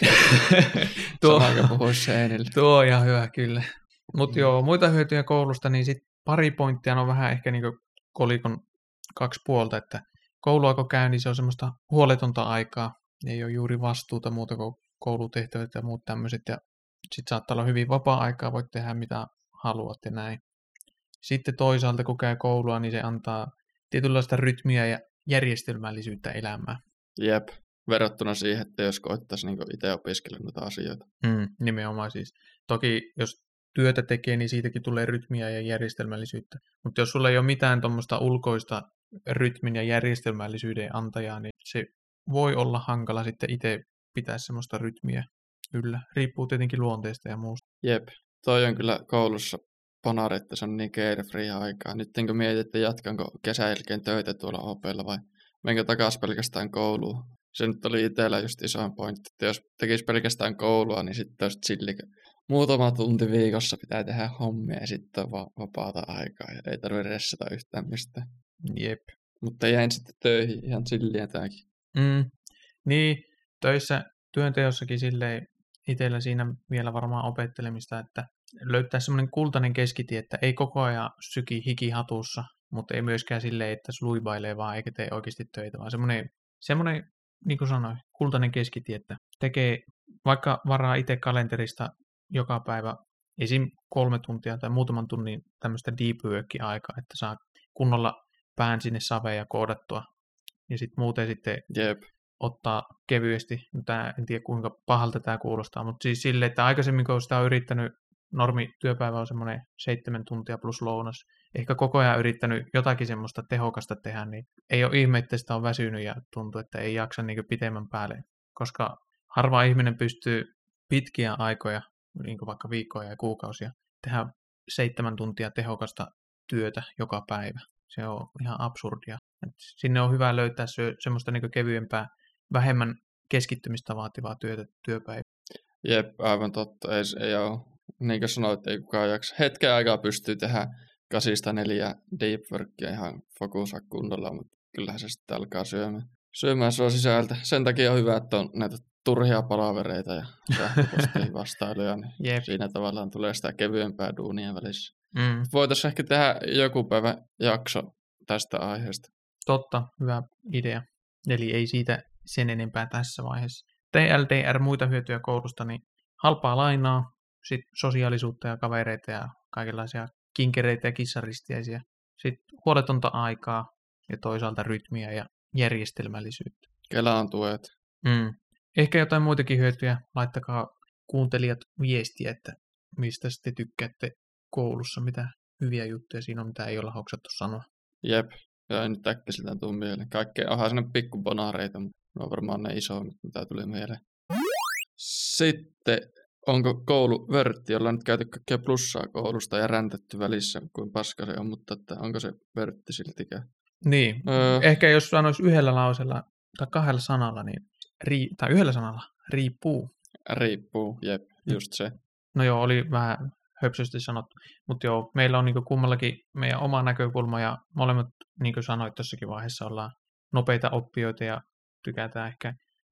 tuo, Sama kuin puhuisi seinille. Tuo on ihan hyvä, kyllä. Mutta Mm. joo, muita hyötyjä koulusta, niin sitten pari pointtia on vähän ehkä niin kuin kolikon kaksi puolta, että koulua kun käy, niin se on semmoista huoletonta aikaa. Ei ole juuri vastuuta muuta kuin koulutehtävät ja muut tämmöiset. Ja sitten saattaa olla hyvin vapaa-aikaa, voit tehdä mitä haluat ja näin. Sitten toisaalta kun käy koulua, niin se antaa tietynlaista rytmiä ja järjestelmällisyyttä elämään. Jep. Verrattuna siihen, että jos koittaisi niin itse opiskella noita asioita. Mm, nimenomaan siis. Toki jos työtä tekee, niin siitäkin tulee rytmiä ja järjestelmällisyyttä. Mutta jos sulla ei ole mitään tuommoista ulkoista rytmin ja järjestelmällisyyden antajaa, niin se voi olla hankala sitten itse pitää semmoista rytmiä yllä. Riippuu tietenkin luonteesta ja muusta. Jep. Toi on kyllä koulussa ponari, että se on niin carefree aikaa. Nyt kun mietit, että jatkanko kesän jälkeen töitä tuolla Opella vai menkö takaisin pelkästään kouluun. Se nyt oli itsellä just isoin pointti, että jos tekisi pelkästään koulua, niin sitten olisi chilli. Muutama tunti viikossa pitää tehdä hommia ja sitten on va- vapaata aikaa ja ei tarvitse ressata yhtään mistään. Jep. Mutta jäin sitten töihin ihan chilliä tämäkin. Mm. Niin, töissä, työnteossakin silleen itsellä siinä vielä varmaan opettelemista, että löytää semmoinen kultainen keskitie, että ei koko ajan syki hiki hatussa, mutta ei myöskään silleen, että sluibailee vaan eikä tee oikeasti töitä, vaan semmoinen, semmoinen niin kuin sanoin, kultainen keskitie, että tekee vaikka varaa itse kalenterista joka päivä esim. kolme tuntia tai muutaman tunnin tämmöistä deep work-aikaa, että saa kunnolla pään sinne saveen ja koodattua. Ja sitten muuten sitten Jep. ottaa kevyesti. No tää, en tiedä kuinka pahalta tämä kuulostaa, mutta siis silleen, että aikaisemmin kun sitä on yrittänyt, normi työpäivä on semmoinen seitsemän tuntia plus lounas, ehkä koko ajan yrittänyt jotakin semmoista tehokasta tehdä, niin ei ole ihme, että sitä on väsynyt ja tuntuu, että ei jaksa niin kuin pitemmän päälle, koska harva ihminen pystyy pitkiä aikoja, niin kuin vaikka viikkoja ja kuukausia, tehdä seitsemän tuntia tehokasta työtä joka päivä. Se on ihan absurdia. Et sinne on hyvä löytää se, semmoista niin kuin kevyempää, vähemmän keskittymistä vaativaa työtä työpäivä. Jep, aivan totta. Ei, ei ole, niin kuin sanoit, ei kukaan jaksa. Hetken aikaa pystyy tehdä kasista neljä deep workia ihan fokusaa kunnolla, mutta kyllähän se sitten alkaa syömään, syömään sua sisältä. Sen takia on hyvä, että on näitä turhia palavereita ja sähköpostiin vastailuja, niin Jep. siinä tavallaan tulee sitä kevyempää duunia välissä. Mm. Voitaisiin ehkä tehdä joku päivä jakso tästä aiheesta. Totta, hyvä idea. Eli ei siitä sen enempää tässä vaiheessa. T L D R, muita hyötyjä koulusta, niin halpaa lainaa, sitten sosiaalisuutta ja kavereita ja kaikenlaisia kinkereitä ja kissaristiäisiä. Sitten huoletonta aikaa ja toisaalta rytmiä ja järjestelmällisyyttä. Kelaan tuet. Mm. Ehkä jotain muitakin hyötyjä. Laittakaa kuuntelijat viestiä, että mistä te tykkäätte koulussa, mitä hyviä juttuja siinä on, mitä ei olla hoksattu sanoa. Jep. Ja ei nyt äkkiseltään tule mieleen. Kaikkea onhan sinne pikkubonareita, mutta ne on varmaan ne isoimmat, mitä tuli mieleen. Sitten, onko koulu vörtti, jolla on nyt käyty kaikkea plussaa koulusta ja räntetty välissä, kuin paska se on, mutta että onko se vörtti siltikään? Niin, Öö. ehkä jos sanoisi yhdellä lausella tai kahdella sanalla, niin rii, tai yhdellä sanalla, riippuu. Riippuu, jep, just se. No joo, oli vähän höpsösti sanottu, mutta joo, meillä on niinku kummallakin meidän oma näkökulma ja molemmat, niin kuin sanoit tuossakin vaiheessa, ollaan nopeita oppijoita ja tykätään ehkä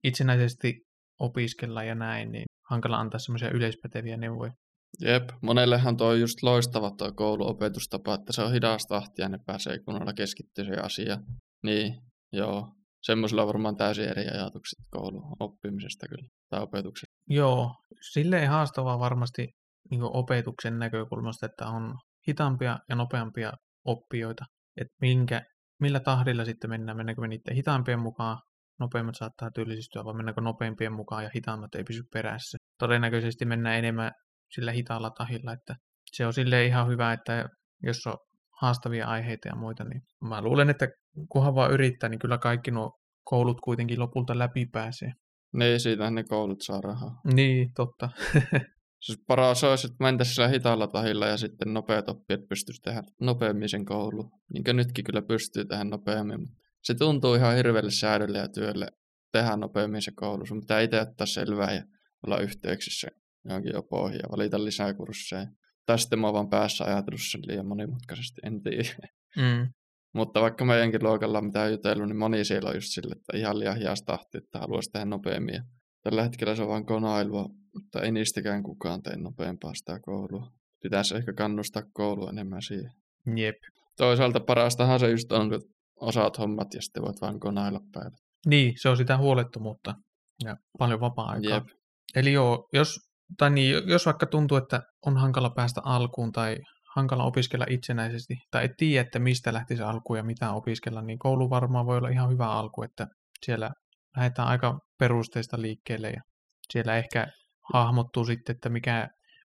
itsenäisesti opiskella ja näin, niin hankala antaa semmoisia yleispäteviä neuvoja. Jep, monellehan tuo on just loistava tuo kouluopetustapa, että se on hidastahtia ja ne pääsee kunnolla keskittyä siihen asiaan. Niin, joo. Semmoisilla on varmaan täysin eri ajatukset koulun oppimisesta kyllä, tai opetuksesta. Joo, silleen haastavaa varmasti niin kuin opetuksen näkökulmasta, että on hitaampia ja nopeampia oppijoita. Että minkä, millä tahdilla sitten mennään, mennäänkö me niiden hitaampien mukaan, nopeimmat saattaa työllistyä, vai mennäänkö nopeimpien mukaan ja hitaammat ei pysy perässä. Todennäköisesti mennään enemmän sillä hitaalla tahilla, että se on silleen ihan hyvä, että jos on haastavia aiheita ja muita, niin mä luulen, että kunhan vaan yrittää, niin kyllä kaikki nuo koulut kuitenkin lopulta läpi pääsee. Niin, siitähän ne koulut saa rahaa. Niin, totta. Siis paras olisi, että mentäisiin sillä hitaalla tahilla ja sitten nopeat oppijat pystyisi tehdä nopeammin sen koulun. Niin kuin nytkin kyllä pystyy tehdä nopeammin. Se tuntuu ihan hirveälle säädölle ja työlle tehdä nopeammin se koulu. Sun pitää itse ottaa selvää ja olla yhteyksissä johonkin opoihin ja valita lisää kursseja. Tai sitten mä oon vaan päässä ajatellut sen liian monimutkaisesti, en tiedä. Mm. Mutta vaikka meidänkin luokalla on mitään jutellut, niin moni siellä on just sille, että ihan liian hiastahti, että haluaisi tehdä nopeammin. Ja tällä hetkellä se on vaan konailua, mutta ei niistäkään kukaan tee nopeampaa sitä koulua. Pitäisi ehkä kannustaa koulua enemmän siihen. Jep. Toisaalta parastahan se just on, kun osaat hommat ja sitten voit vaan konailla päivät. Niin, se on sitä huolettomuutta ja paljon vapaa-aikaa. Jep. Eli joo, jos, tai niin, jos vaikka tuntuu, että on hankala päästä alkuun tai hankala opiskella itsenäisesti, tai et tiedä, että mistä lähtisi alkuun ja mitä opiskella, niin koulu varmaan voi olla ihan hyvä alku, että siellä lähdetään aika perusteista liikkeelle ja siellä ehkä hahmottuu sitten, että mikä,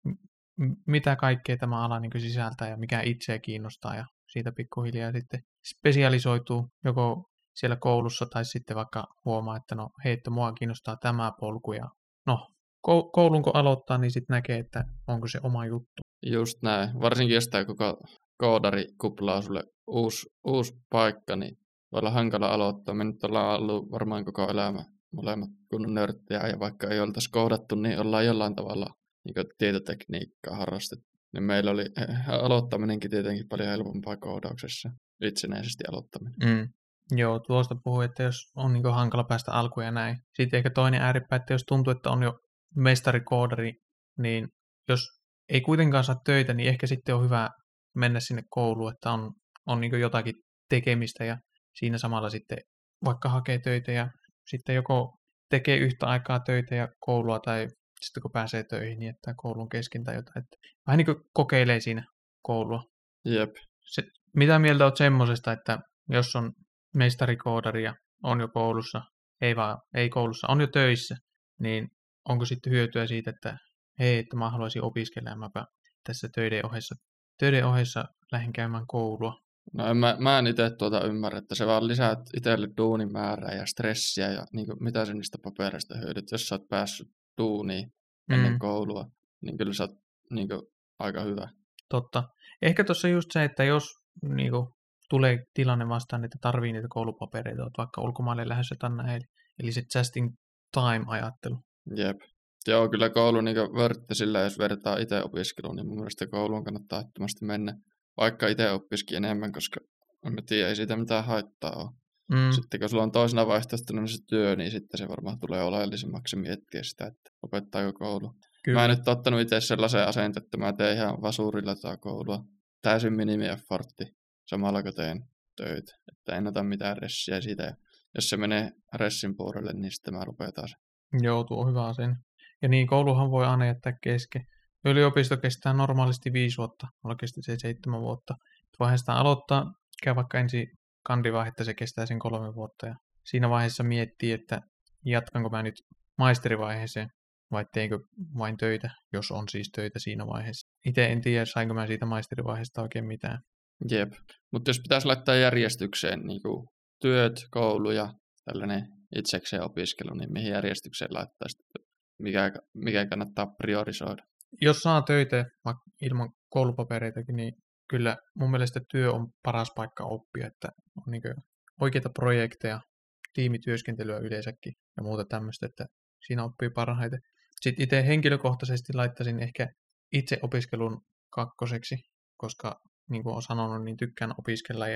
m- mitä kaikkea tämä ala niin sisältää ja mikä itseä kiinnostaa ja siitä pikkuhiljaa sitten spesialisoituu joko siellä koulussa tai sitten vaikka huomaa, että no hei, että mua kiinnostaa tämä polku ja no koulun kun aloittaa, niin sitten näkee, että onko se oma juttu. Just näin. Varsinkin jos tämä koko koodari kuplaa sulle uusi, uusi paikka, niin voi olla hankala aloittaa. Me nyt ollaan ollut varmaan koko elämä molemmat kunnon nörttejä, ja vaikka ei oltaisi koodattu, niin ollaan jollain tavalla niin tietotekniikkaa harrastettu. Niin meillä oli aloittaminenkin tietenkin paljon helpompaa koodauksessa, itsenäisesti aloittaminen. Mm. Joo, tuosta puhuu, että jos on niin hankala päästä alkuun ja näin. Sitten ehkä toinen ääripää, että jos tuntuu, että on jo mestarikoodari, niin jos ei kuitenkaan saa töitä, niin ehkä sitten on hyvä mennä sinne kouluun, että on, on niin jotakin tekemistä ja siinä samalla sitten vaikka hakee töitä ja sitten joko tekee yhtä aikaa töitä ja koulua tai sitten kun pääsee töihin, niin jättää koulun kesken tai jotain. Että vähän niin kuin kokeilee siinä koulua. Jep. Se, mitä mieltä olet semmosesta, että jos on mestarikoodari ja on jo koulussa, ei vaan, ei koulussa, on jo töissä, niin onko sitten hyötyä siitä, että hei, että mä haluaisin opiskella ja mäpä tässä töiden ohessa, töiden ohessa lähden käymään koulua. No en mä, mä en itse tuota ymmärrä, että se vaan lisää itselle duunin määrää ja stressiä ja niin kuin, mitä se niistä papereista hyödyt. Jos sä oot päässyt duuniin ennen mm. koulua, niin kyllä sä oot niin kuin, aika hyvä. Totta. Ehkä tuossa just se, että jos niin kuin, tulee tilanne vastaan, että tarvii niitä koulupapereita, oot vaikka ulkomaille lähdössä tai näin, eli se just in time-ajattelu. Jep. Joo, kyllä koulu niin vörtti sillä, jos vertaa itse opiskeluun, niin mun mielestä kouluun kannattaa ehdottomasti mennä, vaikka itse oppisikin enemmän, koska en mä tiedä, ei siitä mitään haittaa ole. Mm. Sitten kun sulla on toisena vaihtoehtona se työ, niin sitten se varmaan tulee oleellisemmaksi miettiä sitä, että opettaako koulu. Kyllä. Mä en nyt ottanut itse sellaisen asenteen, että mä teen ihan vasurilla tätä koulua. Täysin minimi-effortti samalla kun teen töitä. Että en ota mitään ressiä siitä. Ja jos se menee ressin puolelle, niin sitten mä rupean taas. Joo, tuo on hyvä asia. Ja niin, kouluhan voi aina jättää kesken. Yliopisto kestää normaalisti viisi vuotta. Mulla kesti se seitsemän vuotta. Vaiheesta aloittaa, käy vaikka ensin kandivaihetta, se kestää sen kolme vuotta. Ja siinä vaiheessa miettii, että jatkanko mä nyt maisterivaiheeseen vai teinkö vain töitä, jos on siis töitä siinä vaiheessa. Itse en tiedä, sainko mä siitä maisterivaiheesta oikein mitään. Jep, mutta jos pitäisi laittaa järjestykseen niin kuin työt, koulu ja tällainen itsekseen opiskelu, niin mihin järjestykseen laittaisi? Mikä, mikä kannattaa priorisoida? Jos saa töitä vaikka ilman koulupapereitakin, niin kyllä mun mielestä työ on paras paikka oppia, että on niin oikeita projekteja, tiimityöskentelyä yleensäkin ja muuta tämmöistä, että siinä oppii parhaiten. Sitten itse henkilökohtaisesti laittaisin ehkä itse opiskelun kakkoseksi, koska niin kuin olen sanonut, niin tykkään opiskella ja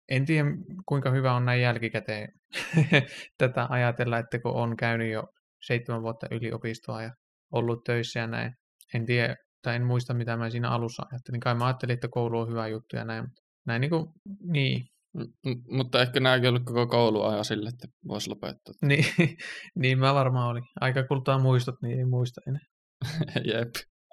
en tiedä, kuinka hyvä on näin jälkikäteen tätä ajatella, että kun on käynyt jo seitsemän vuotta yliopistoa ja ollut töissä ja näin. En tiedä, tai en muista, mitä mä siinä alussa ajattelin. Kai mä ajattelin, että koulu on hyvä juttu ja näin. Näin niin kuin, niin. M- mutta ehkä nämäkin ollut koko kouluajan sille, että voisi lopettaa. Niin, niin mä varmaan olin. Aika kultaa muistot, niin ei muista enää. Jep.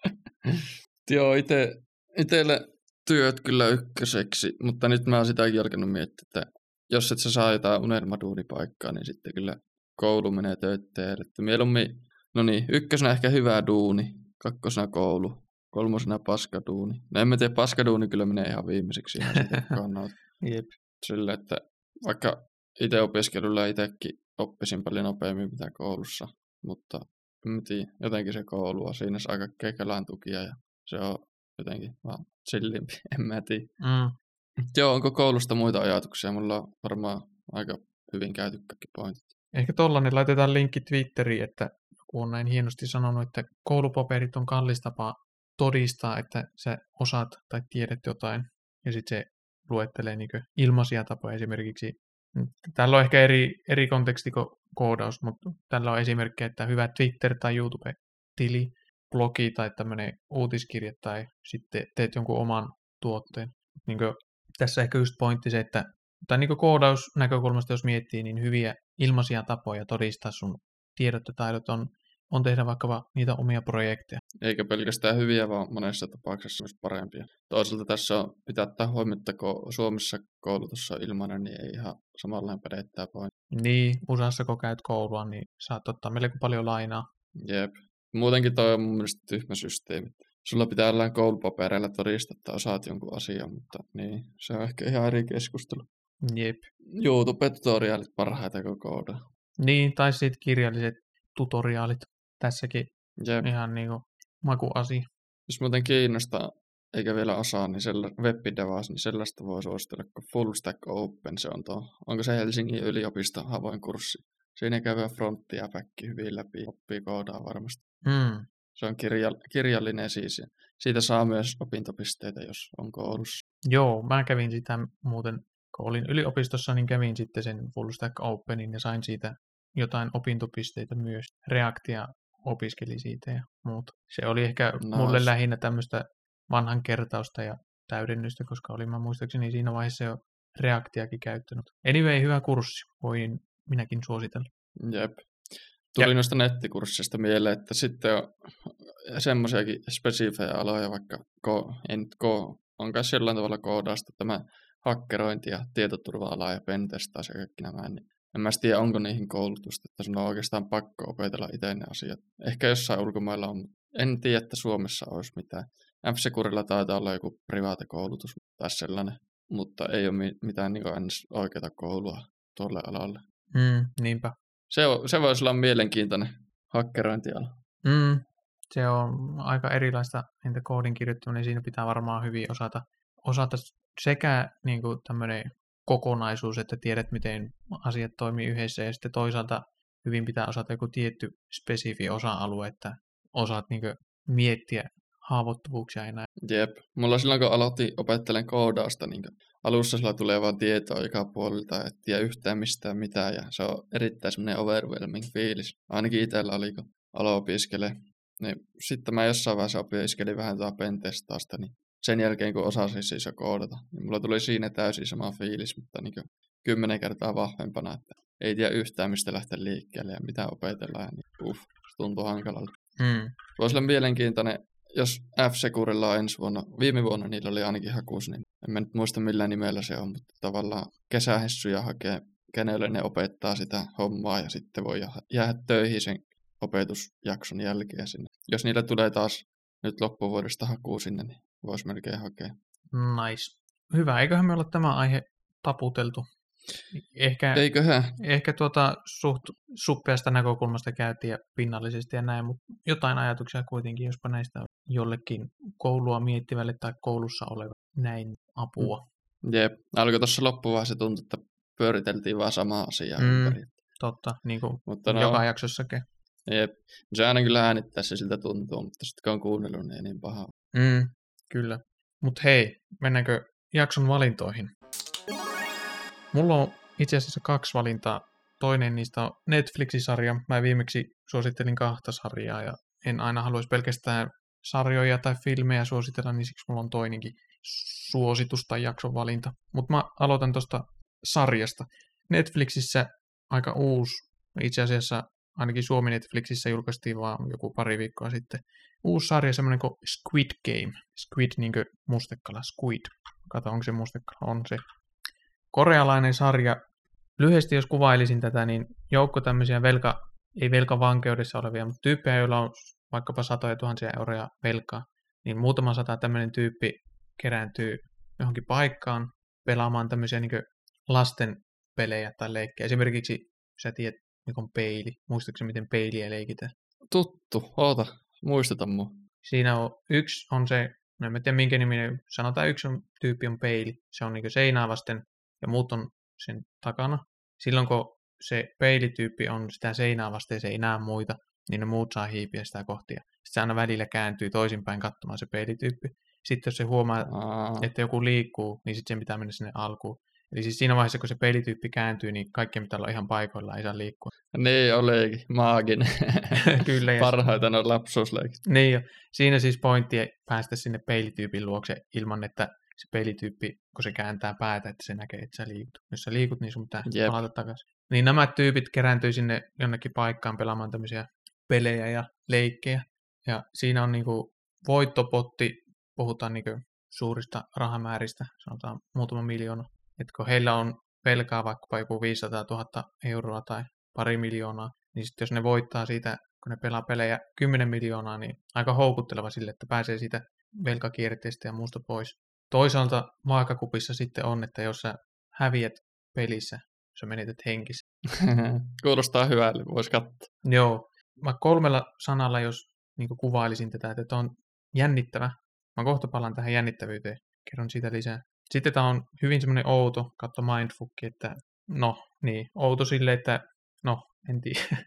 Joo, ite, itelle työt kyllä ykköseksi, mutta nyt mä oon sitäkin alkanut miettiä, että jos et sä saa jotain unelmaduunipaikkaa, niin sitten kyllä koulu menee töitteen. Että mieluummin, no niin, ykkösenä ehkä hyvä duuni, kakkosena koulu, kolmosena paskaduuni. No en mä tiedä, paskaduuni kyllä menee ihan viimeiseksi ihan siitä kannalta. Jep. Sillä, että vaikka itse opiskelulla itsekin oppisin paljon nopeammin mitä koulussa, mutta en tiedä, jotenkin se koulu on siinä aika keikälään tukia ja se on jotenkin vaan chillimpi, en mä tiedä. Mm. Joo, onko koulusta muita ajatuksia? Mulla on varmaan aika hyvin käyty kaikki pointit. Ehkä tollanen, laitetaan linkki Twitteriin, että joku on näin hienosti sanonut, että koulupaperit on kallis tapa todistaa, että sä osaat tai tiedät jotain, ja sitten se luettelee niin ilmaisia tapoja esimerkiksi. Tällä on ehkä eri, eri konteksti kuin koodaus, mutta tällä on esimerkkejä, että hyvä Twitter- tai YouTube-tili, blogi tai tämmöinen uutiskirja tai sitten teet jonkun oman tuotteen. Niin tässä ehkä just pointti se, että tai niin koodausnäkökulmasta jos miettii, niin hyviä ilmaisia tapoja todistaa sun tiedot ja taidot on, on tehdä vaikka niitä omia projekteja. Eikä pelkästään hyviä, vaan monessa tapauksessa myös parempia. Toisaalta tässä on, pitää ottaa huomioon, että kun Suomessa koulutus on ilmainen, niin ei ihan samanlainen pädettää pointti. Niin, U S A:ssa kun käyt koulua, niin saat ottaa melko paljon lainaa. Jep. Muutenkin toi on mun mielestä tyhmä systeemi. Sulla pitää olla koulupapereilla todistaa, että osaat jonkun asian, mutta niin, se on ehkä ihan eri keskustelu. Jep. YouTube-tutoriaalit parhaita kuin koodaa. Niin, tai sitten kirjalliset tutoriaalit tässäkin. Jep. Ihan niinku makuasia. Jos muuten kiinnostaa, eikä vielä osaa, niin sella, web-devaus, niin sellaista voi suositella, kun Full Stack Open se on tuo. Onko se Helsingin yliopiston avoin kurssi? Siinä käy frontti ja backi hyvin läpi, oppii koodaa varmasti. Mm. Se on kirja, kirjallinen siis. Ja siitä saa myös opintopisteitä, jos on koulussa. Joo, mä kävin sitä muuten, kun olin yliopistossa, niin kävin sitten sen Full Stack Openin ja sain siitä jotain opintopisteitä myös. Reactia opiskeli siitä ja muuta. Se oli ehkä No, mulle lähinnä tämmöistä vanhan kertausta ja täydennystä, koska olin mä muistaakseni siinä vaiheessa jo Reactiakin käyttänyt. Anyway, hyvä kurssi. Voin minäkin suositella. Jep. Tuli Ja- noista nettikursseista mieleen, että sitten on semmoisiakin spesifejä aloja, vaikka ko, en, ko, on kai jollain tavalla koodausta tämä hakkerointi ja tietoturva-ala ja pentestaus ja kaikki nämä, niin en mä tiedä, onko niihin koulutusta, että sun on oikeastaan pakko opetella itse ne asiat. Ehkä jossain ulkomailla on, en tiedä, että Suomessa olisi mitään. F-Securilla taitaa olla joku privaate koulutus tai sellainen, mutta ei ole mitään niin oikeaa koulua tuolle alalle. Mm, niinpä. Se, on, se voisi olla mielenkiintoinen hakkerointiala. Mm, se on aika erilaista niitä koodin kirjoittaminen. Siinä pitää varmaan hyvin osata, osata sekä niin kuin tämmöinen kokonaisuus, että tiedät, miten asiat toimii yhdessä, ja sitten toisaalta hyvin pitää osata joku tietty spesifi osa-alue, että osaat niin kuin miettiä haavoittuvuuksia ja näin. Jep. Mulla silloin, kun aloitin opettelen koodausta, niin alussa sillä tulee vaan tietoa joka puolelta, et tiedä yhtään mistään mitään, ja se on erittäin semmoinen overwhelming fiilis. Ainakin itsellä oli, kun aloin opiskelemaan. Niin sitten mä jossain vaiheessa opiskelin vähän tuota pentestausta, niin sen jälkeen, kun osasin siis jo koodata, niin mulla tuli siinä täysin sama fiilis, mutta niin kymmenen kertaa vahvempana, että ei tiedä yhtään, mistä lähteä liikkeelle ja mitä opetellaan, niin uff, se tuntuu hankalalta. Mm. Voisi olla mielenkiintoinen, jos F-Securilla on ensi vuonna, viime vuonna niillä oli ainakin hakuus, niin en mä nyt muista millään nimellä se on, mutta tavallaan kesähessuja hakee, kenelle ne opettaa sitä hommaa ja sitten voi jäädä töihin sen opetusjakson jälkeen sinne. Jos niillä tulee taas nyt loppuvuodesta hakuu sinne, niin voisi melkein hakea. Nice. Hyvä, eiköhän me olla tämä aihe taputeltu. Ehkä, Eiköhän? ehkä tuota suht suppeasta näkökulmasta käytiin ja pinnallisesti ja näin, mutta jotain ajatuksia kuitenkin, jospa näistä on jollekin koulua miettivälle tai koulussa oleva näin apua. Jep, alkoi tuossa loppuvaiheessa tuntua, että pyöriteltiin vaan samaa asiaa Mm. ympäri. Totta, niin kuin Mutta no, joka jaksossakin. jep, se aina kyllä äänittää se siltä tuntuu, mutta sitten kun on kuunnellut, niin ei niin paha. Mm, kyllä. Mutta hei, mennäänkö jakson valintoihin? Mulla on itse asiassa kaksi valintaa. Toinen niistä on Netflix-sarja. Mä viimeksi suosittelin kahta sarjaa ja en aina haluaisi pelkästään sarjoja tai filmejä suositella, niin siksi mulla on toinenkin suositus tai jakson valinta. Mutta mä aloitan tuosta sarjasta. Netflixissä aika uusi, itse asiassa ainakin Suomi Netflixissä julkaistiin vaan joku pari viikkoa sitten. Uusi sarja, semmoinen kuin Squid Game. Squid niin kuin mustekala, Squid. Kato, onko se mustekala? On se. Korealainen sarja. Lyhyesti jos kuvailisin tätä, niin joukko tämmöisiä velka, ei velkavankeudessa olevia, mutta tyyppejä, joilla on vaikkapa satoja tuhansia euroja velkaa, niin muutama sata tämmöinen tyyppi kerääntyy johonkin paikkaan pelaamaan tämmöisiä niin lasten pelejä tai leikkejä. Esimerkiksi sä tiedät, mikä on peili. Muistatko miten peiliä leikitään? Tuttu, oota, muistuta mua. Siinä on yksi on se, no en tiedä minkä niminen, sanotaan yksi on, tyyppi on peili. Se on niin seinää vasten ja muut on sen takana. Silloin kun se peilityyppi on sitä seinää vasten ja se ei näe muita, niin ne muut saa hiipiä sitä kohtia. Sitten se aina välillä kääntyy toisinpäin katsomaan se peilityyppi. Sitten jos se huomaa, Aa. että joku liikkuu, niin sitten sen pitää mennä sinne alkuun. Eli siis siinä vaiheessa, kun se peilityyppi kääntyy, niin kaikki pitää olla ihan paikoillaan, ei saa liikkua. Niin olikin, maaginen. Kyllä. Ja parhaita on lapsuusleikit. Niin jo. Siinä siis pointti päästä sinne peilityypin luokse ilman, että se peilityyppi, kun se kääntää päätä, että se näkee, että sä liikut. Jos sä liikut, niin sun pitää Jep. palata takaisin. Niin nämä tyypit kerääntyy sinne jonnekin paikkaan pelaamaan tämmöisiä pelejä ja leikkejä. Ja siinä on niinku voittopotti, puhutaan niinku suurista rahamääristä, sanotaan muutama miljoona. Että kun heillä on velkaa vaikkapa joku viisisataatuhatta euroa tai pari miljoonaa, niin sitten jos ne voittaa siitä, kun ne pelaa pelejä kymmenen miljoonaa, niin aika houkutteleva sille, että pääsee siitä velkakierteestä ja muusta pois. Toisaalta vaakakupissa sitten on, että jos sä häviät pelissä, sä menetät henkissä. Kuulostaa hyvälle, vois katsoa. Joo. Mä kolmella sanalla, jos niin kuvailisin tätä, että tämä on jännittävä. Mä kohta palaan tähän jännittävyyteen. Kerron siitä lisää. Sitten tämä on hyvin semmoinen outo, katso mindfuckki, että no niin, outo sille, että no, en tiedä.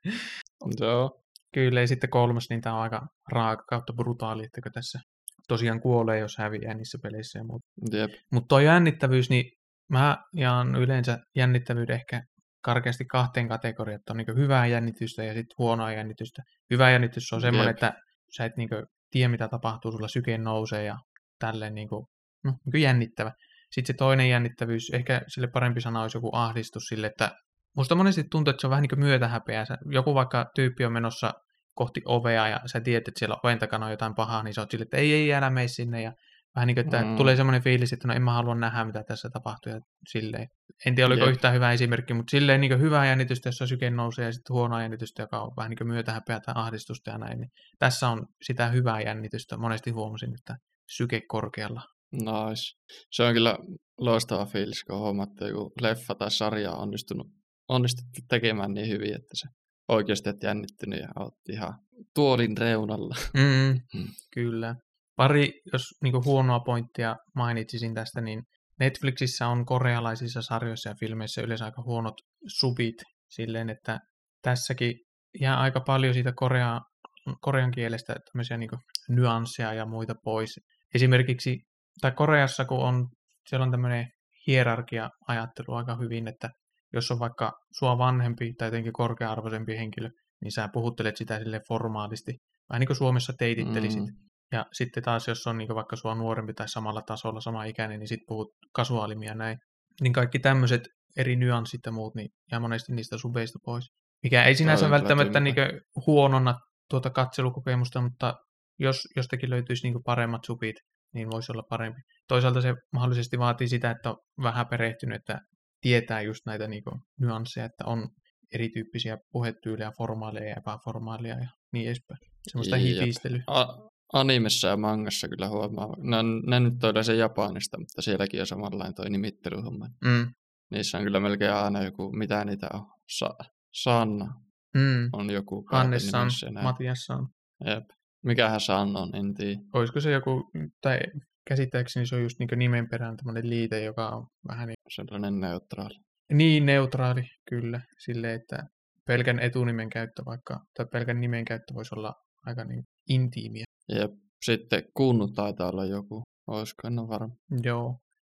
Joo. Kyllä, ja sitten kolmas, niin tämä on aika raaka kautta brutaali, että kun tässä tosiaan kuolee, jos häviää niissä peleissä ja muuta. Jep. Mutta tuo jännittävyys, niin mä jaan yleensä jännittävyyden ehkä karkeasti kahteen kategoriaan, että on niin hyvää jännitystä ja sitten huonoa jännitystä. Hyvä jännitys on semmoinen, Jep. että sä et niin tiedä, mitä tapahtuu, sulla syke nousee ja tälleen niin kuin, no, niin jännittävä. Sitten se toinen jännittävyys, ehkä sille parempi sana olisi joku ahdistus sille, että musta monesti tuntuu, että se on vähän niin kuin myötähäpeä. Joku vaikka tyyppi on menossa kohti ovea ja sä tiedät, että siellä oven takana on jotain pahaa, niin sä oot sille, että ei, ei, älä mene sinne. Ja vähän niin kuin, että mm. tulee semmoinen fiilis, että no en mä halua nähdä, mitä tässä tapahtuu. Ja silleen. En tiedä, oliko Jep. yhtään hyvä esimerkki, mutta silleen niin hyvää jännitystä, jossa syke nousee, ja sitten huonoa jännitystä, joka on vähän niin kuin myötähäpeä tai ahdistusta ja näin. Niin tässä on sitä hyvää jännitystä. Monesti huomasin, että syke korkealla. Nice. Se on kyllä loistava fiilis, kun huomaat, että joku leffa tai sarja on onnistunut, onnistuttu tekemään niin hyvin, että se oikeasti et jännittynyt ja oot ihan tuolin reunalla. Mm, mm. Kyllä. Pari, jos niin huonoa pointtia mainitsisin tästä, niin Netflixissä on korealaisissa sarjoissa ja filmeissä yleensä aika huonot subit silleen, että tässäkin jää aika paljon siitä korea, korean kielestä tämmöisiä niin nyansseja ja muita pois. Esimerkiksi, tai Koreassa kun on, siellä on tämmöinen hierarkia-ajattelu aika hyvin, että jos on vaikka sua vanhempi tai jotenkin korkea-arvoisempi henkilö, niin sä puhuttelet sitä sille formaalisti. Vähän niin kuin Suomessa teitittelisit. Mm. Ja sitten taas, jos on niin vaikka sua nuorempi tai samalla tasolla, sama ikäinen, niin sitten puhut kasuaalimia näin. Niin kaikki tämmöiset eri nyanssit ja muut, niin jää monesti niistä subeista pois. Mikä ei sinänsä välttämättä niin huononna tuota katselukokemusta, mutta jos jostakin löytyisi niin paremmat subit, niin voisi olla parempi. Toisaalta se mahdollisesti vaatii sitä, että on vähän perehtynyt, että tietää just näitä niin nyansseja, että on erityyppisiä puhetyylejä, formaaleja ja epäformaaleja ja niin edespäin. Semmoista hifistelyä. A- animessa ja mangassa kyllä huomaa. Ne, on, ne nyt on yleensä Japanista, mutta sielläkin on samanlainen toi nimittelyhomma. Mm. Niissä on kyllä melkein aina joku, mitä niitä on? Sa- Sanna mm. on joku. Hannes San, Matias San. Jep. Mikähän San on, en tiedä. Olisiko se joku, tai käsittääkseni se on just niin nimen perään tämmöinen liite, joka on vähän niin... Sellainen neutraali. Niin, neutraali, kyllä. Silleen, että pelkän etunimen käyttö vaikka, tai pelkän nimen käyttö voisi olla aika niin intiimiä. Jep. Sitten kunnu taitaa olla joku. Olisiko, en ole varma. Joo.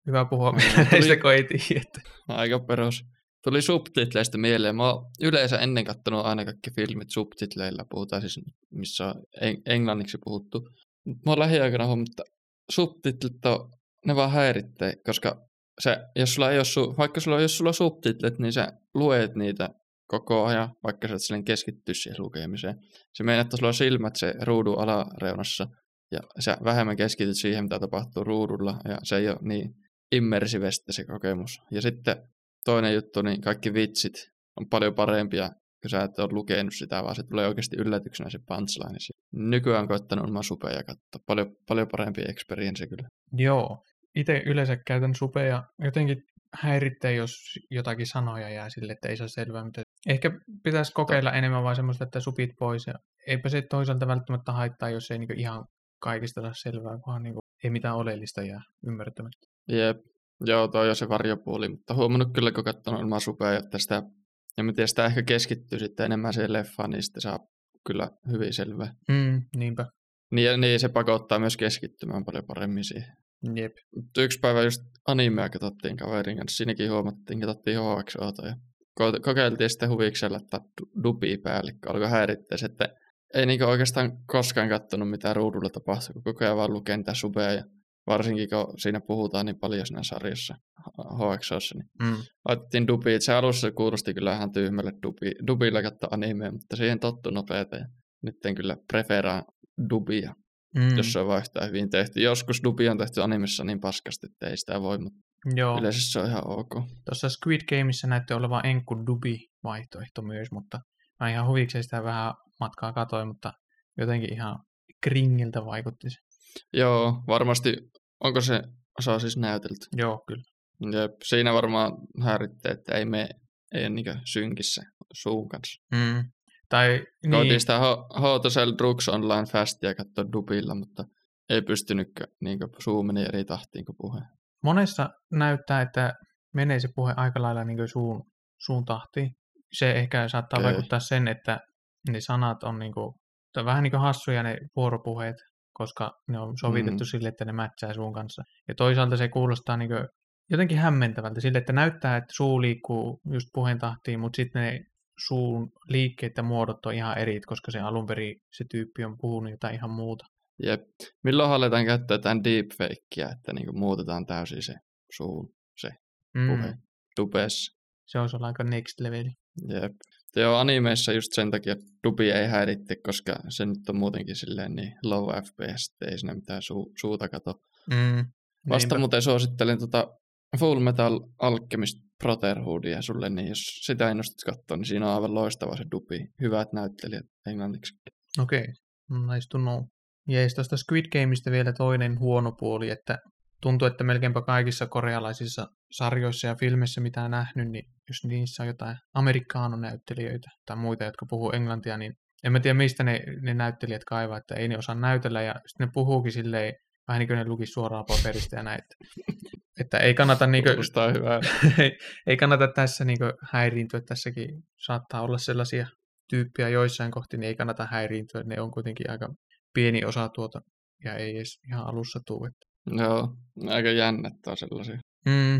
hyvä puhua No, mieleistä, tuli- kun ei tiedä. Aika perus. Tuli subtitleista mieleen. Mä oon yleensä ennen kattonut aina kaikki filmit subtitleilla. Puhutaan siis, missä on en- englanniksi puhuttu. Mut mä oon lähiaikana huomannut, että subtitlet on, ne vaan häiritsee, koska se, jos sulla ei ole, su- vaikka sulla, jos sulla on subtitlet, niin sä luet niitä koko ajan, vaikka sä et silleen keskittyä siihen lukemiseen. Se meinaa, että sulla on silmät se ruudun alareunassa, ja sä vähemmän keskityt siihen, mitä tapahtuu ruudulla, ja se ei ole niin immersivestä se kokemus. Ja sitten toinen juttu, niin kaikki vitsit on paljon parempia, kun sä et ole lukenut sitä, vaan se tulee oikeasti yllätyksenä se punchline. Nykyään on koittanut ilman supea katsoa. Paljon, paljon parempi experience kyllä. Joo. Itse yleensä käytän supea ja jotenkin häiritsee, jos jotakin sanoja jää sille, että ei saa selvää. Mitä... Ehkä pitäisi kokeilla enemmän vaan semmoista, että supit pois. Ja eipä se toisaalta välttämättä haittaa, jos ei niinku ihan kaikista saa selvää, vaan niinku ei mitään oleellista jää ymmärtämättä. Jep. Joo, toi on se varjopuoli, mutta huomannut kyllä, kun katsonut ilman supea, että sitä, ja mä tiedän, sitä ehkä keskittyy sitten enemmän siihen leffaan, niin sitten saa kyllä hyvin selvää. Mm, niinpä. Niin, niin se pakottaa myös keskittymään paljon paremmin siihen. Jep. Yksi päivä just animea katsottiin kaverin kanssa, siinäkin huomattiin, katsottiin H X O:ta ja kokeiltiin sitten huviksella laittaa dubi päälle, kun alkoi häirittää se, että ei niinku oikeastaan koskaan katsonut mitä ruudulla tapahtuu, kun koko ajan vaan lukee niitä subea ja varsinkin kun siinä puhutaan niin paljon siinä sarjassa H X O:ssa, niin Mm. laitettiin dubi, että se alussa kuulosti kyllä ihan tyhmälle dubi, dubilla katsoa animea, mutta siihen tottu nopeasti ja nyt en kyllä preferaa dubia. Mm. Jos se on vaihtaa hyvin tehty. Joskus dubi on tehty animessa niin paskasti, että ei sitä voi, mutta Joo. yleensä se on ihan ok. Tuossa Squid Gameissa näytti olevan enkku dubi-vaihtoehto myös, mutta mä ihan huvikseen sitä vähän matkaa katoin, mutta jotenkin ihan kringiltä vaikutti se. Joo, varmasti. Onko se osa siis näytelty? Joo, kyllä. Jep, siinä varmaan häirittää, että ei me ei ole niin synkissä suun kanssa. Mm. Tai Niin. niin, sitä How to Sell Drugs Online Fastia katsoa dubilla, mutta ei pystynytkö niin suu meni eri tahtiin kuin puhe. monessa näyttää, että menee se puhe aika lailla niin suun, suun tahtiin. Se ehkä saattaa Okei. vaikuttaa sen, että ne sanat on niin kuin, tai vähän niin kuin hassuja ne vuoropuheet, koska ne on sovitettu Mm. sille, että ne mätsää suun kanssa. Ja toisaalta se kuulostaa niin kuin jotenkin hämmentävältä sille, että näyttää, että suu liikkuu just puheen tahtiin, mutta sitten ne suun liikkeet ja muodot on ihan eri, koska se alun perin se tyyppi on puhunut jotain ihan muuta. Jep. Milloin aletaan käyttää jotain deepfakeä, että niin muutetaan täysin se suun, se puhe Mm, dubessa. se olisi olla aika next leveli. Jep. Joo, animeissa just sen takia dubi ei häiritte, koska se nyt on muutenkin silleen niin low F P S, että ei siinä mitään su- suuta kato. Mm, Vasta niinpä. muuten suosittelen tota Full Metal Alchemist Brotherhoodia sulle, niin jos sitä innostut katsoa, niin siinä on aivan loistava se dubi. Hyvät näyttelijät englanniksi. Okei, okay. Nice to know. Jees, tuosta Squid Gameista vielä toinen huono puoli, että tuntuu, että melkeinpä kaikissa korealaisissa sarjoissa ja filmeissä, mitä on nähnyt, niin jos niissä on jotain amerikaanonäyttelijöitä tai muita, jotka puhuu englantia, niin en mä tiedä, mistä ne, ne näyttelijät kaivaa, että ei ne osaa näytellä, ja sitten ne puhuukin silleen, vähän niin kuin ne lukisi suoraan paperista ja näin, että, että ei kannata niinku, Kuulostaa hyvää. ei, ei kannata tässä niinku häiriintyä, tässäkin saattaa olla sellaisia tyyppiä joissain kohti, niin ei kannata häiriintyä, ne on kuitenkin aika pieni osa tuota, ja ei edes ihan alussa tuu. Että. Joo, aika jännättää sellaisia. Mm.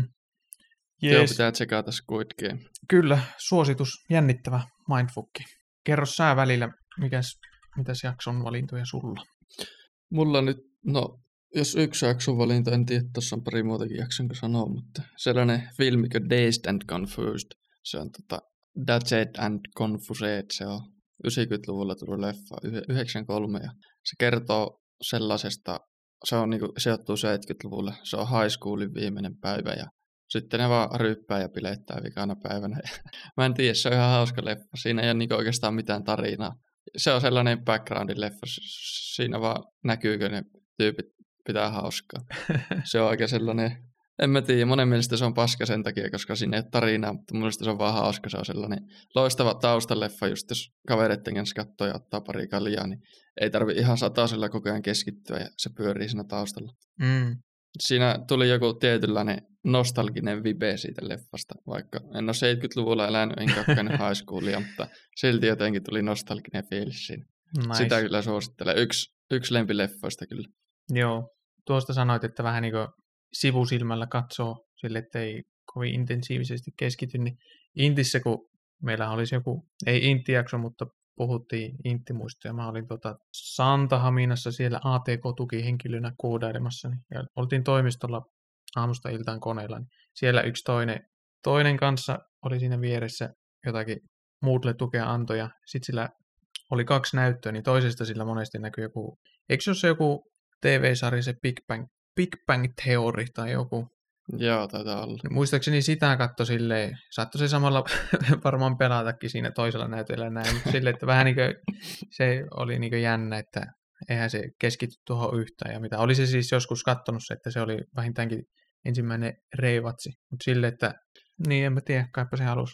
Joo, Jees. pitää tsekata Squid Game. Kyllä, suositus, jännittävä mindfucki. Kerro sä välillä, mikäs, mitäs jakson valintoja sulla? Mulla nyt, no, jos yksi jakson valinta, en tiedä, tuossa on pari muutakin jakson, kun sanoo, mutta sellainen filmi kuin Dazed and Confused. Se on tota, Dazed and Confused, se on yhdeksänkymmentäluvulla tullut leffa, yhdeksänkymmentäkolme, ja se kertoo sellaisesta, se on niinku, sijoittuu seitsemänkymmentäluvulle, se on high schoolin viimeinen päivä, ja sitten ne vaan ryyppää ja bileittää vikana päivänä. Mä en tiedä, se on ihan hauska leffa, siinä ei ole niinku oikeastaan mitään tarinaa. Se on sellainen backgroundin leffa, siinä vaan näkyykö ne tyypit pitää hauskaa. Se on aika sellainen, en mä tiedä, monen mielestä se on paska sen takia, koska siinä ei ole tarinaa, mutta mun mielestä se on vaan hauska, se on sellainen loistava taustaleffa, just jos kavereiden kanssa katsoo ja ottaa pari kaljaa, niin ei tarvi ihan satasella koko ajan keskittyä ja se pyörii siinä taustalla. Mm. Siinä tuli joku tietynlainen nostalginen vibe siitä leffasta, vaikka en ole seitsemänkymmentäluvulla elänyt enkä käynyt high schoolia, mutta silti jotenkin tuli nostalginen fiilis siinä. Nice. Sitä kyllä suosittelen. Yksi, yksi lempileffoista kyllä. Joo, tuosta sanoit, että vähän niin kuin sivusilmällä katsoo sille, ettei kovin intensiivisesti keskity, niin Intissä, kun meillä olisi joku, ei Intti-jakso, mutta puhuttiin Intti-muistoja. Mä olin tuota Santahaminassa siellä A T K-tukihenkilönä koodailemassa, niin, ja oltiin toimistolla aamusta iltaan koneella, niin siellä yksi toinen, toinen kanssa oli siinä vieressä jotakin Moodle-tukea antoi, ja sitten sillä oli kaksi näyttöä, niin toisesta sillä monesti näkyy joku, eikö se ole se joku T V-sarja, se Big Bang, Big Bang Theory tai joku? Joo, taitaa olla. Muistaakseni sitä katto silleen, saattoi se samalla varmaan pelatakin siinä toisella näytöllä näin, mutta silleen, että vähän niin kuin se oli niin kuin jännä, että eihän se keskity tuohon yhtään. Ja mitä oli se siis joskus kattonut se, että se oli vähintäänkin ensimmäinen reivatsi, mutta silleen, että niin en mä tiedä, kaipa se halusi.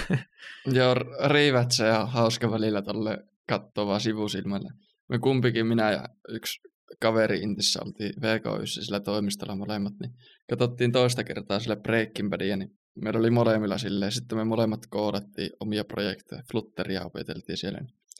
Joo, Reivatse on hauska välillä tolle kattoo vaan sivusilmällä. Me kumpikin, minä ja yksi kaveri Intissä oltiin V K yssä sillä toimistolla molemmat, niin katsottiin toista kertaa sillä Breaking Badia, niin meillä oli molemmilla silleen, sitten me molemmat koodattiin omia projekteja, Flutteria opeteltiin siellä.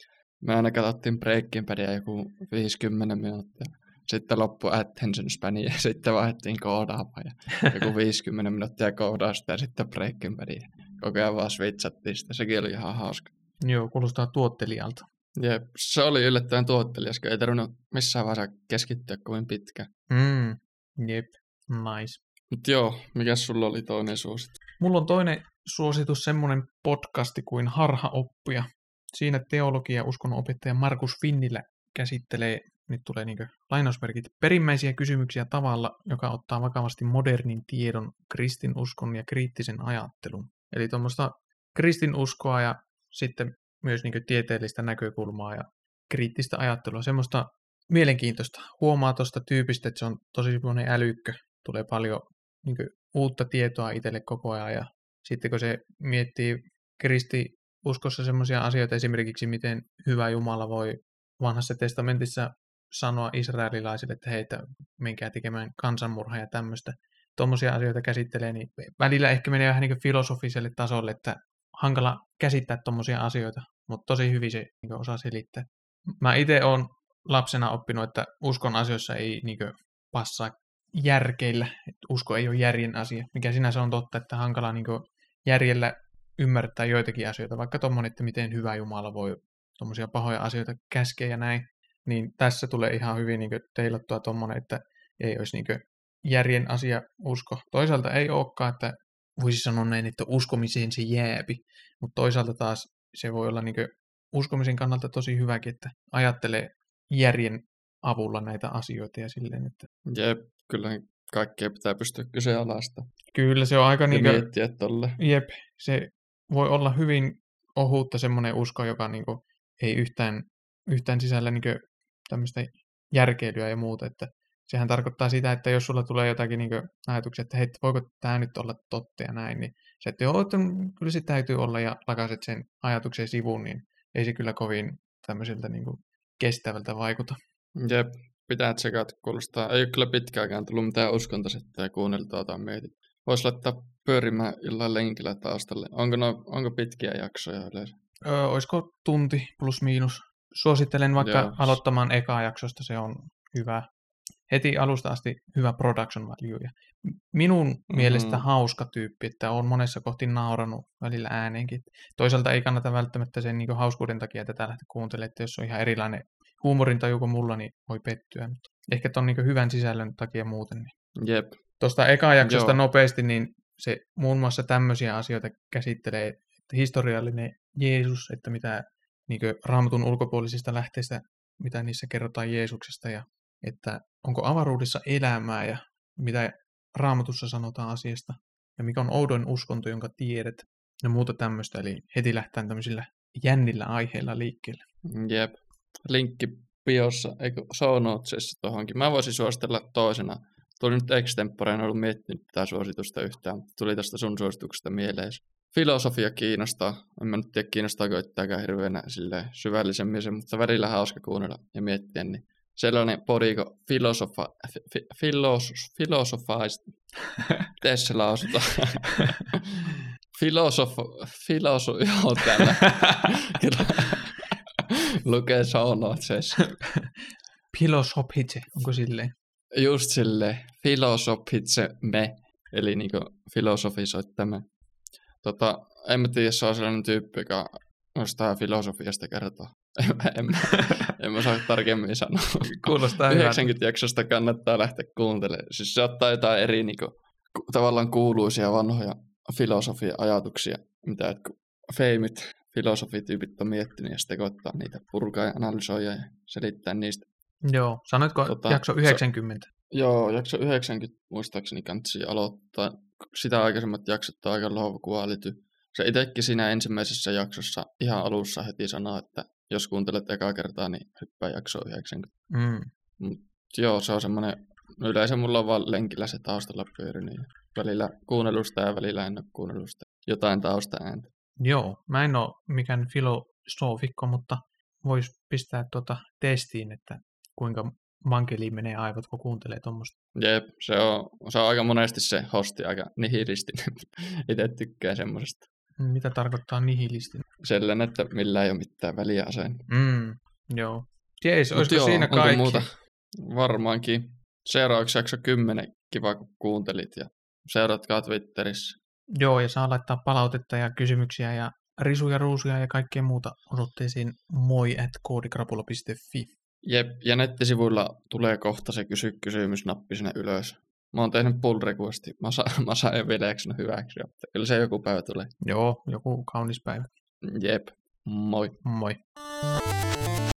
Me aina katsottiin Breaking Badia joku viisikymmentä minuuttia, sitten loppui attention spani ja sitten vaihdettiin koodaamaan ja joku viisikymmentä minuuttia koodausta ja sitten Breaking Badia. Koko ajan vaan switchattiin sitä, sekin oli ihan hauska. Joo, kuulostaa tuottelijalta. Jep, se oli yllättävän tuottelias, kun ei tarvinnut missään vaiheessa keskittyä kovin pitkään. Mm, jep, nice. Mutta joo, mikä sulla oli toinen suositus? Mulla on toinen suositus, semmoinen podcasti kuin Harhaoppia. Siinä teologia- ja uskonnonopettaja Markus Finnilä käsittelee, nyt tulee niin lainausmerkit, perimmäisiä kysymyksiä tavalla, joka ottaa vakavasti modernin tiedon, kristinuskon ja kriittisen ajattelun. Eli tuommoista kristinuskoa ja sitten myös niin tieteellistä näkökulmaa ja kriittistä ajattelua. Semmoista mielenkiintoista. Huomaa tuosta tyypistä, että se on tosi semmoinen älykkö. Tulee paljon niin uutta tietoa itselle koko ajan. Ja sitten kun se miettii kristiuskossa semmoisia asioita, esimerkiksi miten hyvä Jumala voi vanhassa testamentissa sanoa israelilaisille, että heitä menkää tekemään kansanmurhaa ja tämmöistä. Tuommoisia asioita käsittelee, niin välillä ehkä menee vähän niin filosofiselle tasolle, että hankala käsittää tuommoisia asioita, mutta tosi hyvin se niin osaa selittää. Mä itse olen lapsena oppinut, että uskon asioissa ei niin passaa järkeillä, että usko ei ole järjen asia, mikä sinänsä on totta, että hankala niin järjellä ymmärtää joitakin asioita, vaikka tuommoinen, että miten hyvä Jumala voi tuommoisia pahoja asioita käskeä ja näin, niin tässä tulee ihan hyvin niin teilattua tuommoinen, että ei olisi niin järjen asia usko. Toisaalta ei olekaan, että voisi sanoa näin, että uskomiseen se jääpi, mutta toisaalta taas se voi olla niin uskomisen kannalta tosi hyväkin, että ajattelee järjen avulla näitä asioita ja silleen, että... Jep, kyllä kaikkea pitää pystyä kyseenalaista. Kyllä se on aika niin kuin... miettiä tolle. Jep, se voi olla hyvin ohutta semmoinen usko, joka niin kuin ei yhtään, yhtään sisällä niin kuin tämmöistä järkeilyä ja muuta, että sehän tarkoittaa sitä, että jos sulla tulee jotakin niin ajatuksia, että hei, voiko tämä nyt olla totta ja näin, niin se, että joo, että kyllä se täytyy olla ja lakaset sen ajatuksen sivuun, niin ei se kyllä kovin tämmöiseltä niin kuin kestävältä vaikuta. Jep, pitää tsekata, kuulostaa. Ei ole kyllä pitkäänkään tullut mitään uskontosettä ja kuunneltua tai mietit. Voisi laittaa pyörimään jollain lenkillä taustalle. Onko, no, onko pitkiä jaksoja yleensä? Öö, olisiko tunti plus miinus? Suosittelen vaikka Joo. aloittamaan ekaa jaksosta, se on hyvä. Heti alusta asti hyvä production value. Ja minun mm-hmm. mielestä hauska tyyppi, että olen monessa kohti nauranut välillä ääneenkin. Toisaalta ei kannata välttämättä sen niin kuin hauskuuden takia tätä lähteä kuuntelemaan, että jos on ihan erilainen huumorintaju kuin mulla, niin voi pettyä. Mutta ehkä ton niin kuin hyvän sisällön takia muuten. Niin. Jep. Tuosta eka jaksosta Joo. nopeasti, niin se muun muassa tämmöisiä asioita käsittelee, että historiallinen Jeesus, että mitä niin kuin Raamatun ulkopuolisista lähteistä, mitä niissä kerrotaan Jeesuksesta ja että onko avaruudessa elämää ja mitä Raamatussa sanotaan asiasta ja mikä on oudoin uskonto, jonka tiedät ja muuta tämmöistä. Eli heti lähtään tämmöisillä jännillä aiheilla liikkeelle. Jep. Linkki biossa, eikö show notesissa tuohonkin. Mä voisin suositella toisena. Tuli nyt extemporeen, en ollut miettinyt tätä suositusta yhtään, mutta tuli tästä sun suosituksesta mieleen. Filosofia kiinnostaa. En mä nyt tiedä, kiinnostaako yhtäänkään hirveänä syvällisemmin se, mutta välillä hauska kuunnella ja miettiä, niin sellainen podiko filosofa, fi, filos, filosofaist, miten se lausutaan? Filosofo, filoso, joo täällä. Lukee show notesissa. Filosofitse, onko silleen? just silleen, filosofitsemme, eli niinku filosofisoit tämä. Tota, en mä tiedä, se on sellainen tyyppi, joka ostaa filosofiasta kertoa. En, en, en mä saa tarkemmin sanoa. Kuulostaa yhdeksänkymmentä jaksosta kannattaa lähteä kuuntelemaan. Siis se ottaa jotain eri niinku, tavallaan kuuluisia vanhoja filosofia-ajatuksia, mitä jotkut feimit filosofityypit on miettinyt ja sitten koittaa niitä purkaa ja analysoida ja selittää niistä. Joo, sanoitko tota, jakso yhdeksänkymmentä? Se, joo, jakso yhdeksänkymmentä muistaakseni kannattaa aloittaa. Sitä aikaisemmat jaksot on aika lohkuaality. Se itsekin siinä ensimmäisessä jaksossa ihan alussa heti sanoo, että jos kuuntelet ekaa kertaa, niin hyppää jakso yhdeksänkymmentä. Mm. Mut joo, se on semmoinen, yleensä mulla on vaan lenkillä se taustalla pyörinyt. Välillä kuunnelusta ja välillä en ole kuunnelusta. Jotain taustaääntä. Joo, mä en ole mikään filosofikko, mutta vois pistää tuota testiin, että kuinka vankeliin menee aivot, kun kuuntelee tuommoista. Jep, se on, se on aika monesti se hosti aika nihilistinen. Itse tykkää semmosesta. Mitä tarkoittaa nihilistinen? Sellainen, että millään ei ole mitään väliä aseen. Mm, joo. Jees, olisiko joo, siinä kaikki? Muuta? Varmaankin. Seuraavaksi jakso kymmenen. Kiva, kun kuuntelit ja seuratkaa Twitterissä. Joo, ja saa laittaa palautetta ja kysymyksiä ja risuja, ruusuja ja kaikkea muuta osoitteisiin moi at koodikrapula piste fi. Jep, ja nettisivuilla tulee kohta se kysy kysymysnappi sinne ylös. Mä oon tehnyt pull requesti. Mä, sa- mä saan vielä eksynyt hyväksi. Kyllä se joku päivä tulee. Joo, joku kaunis päivä. Jep, moi. Moi.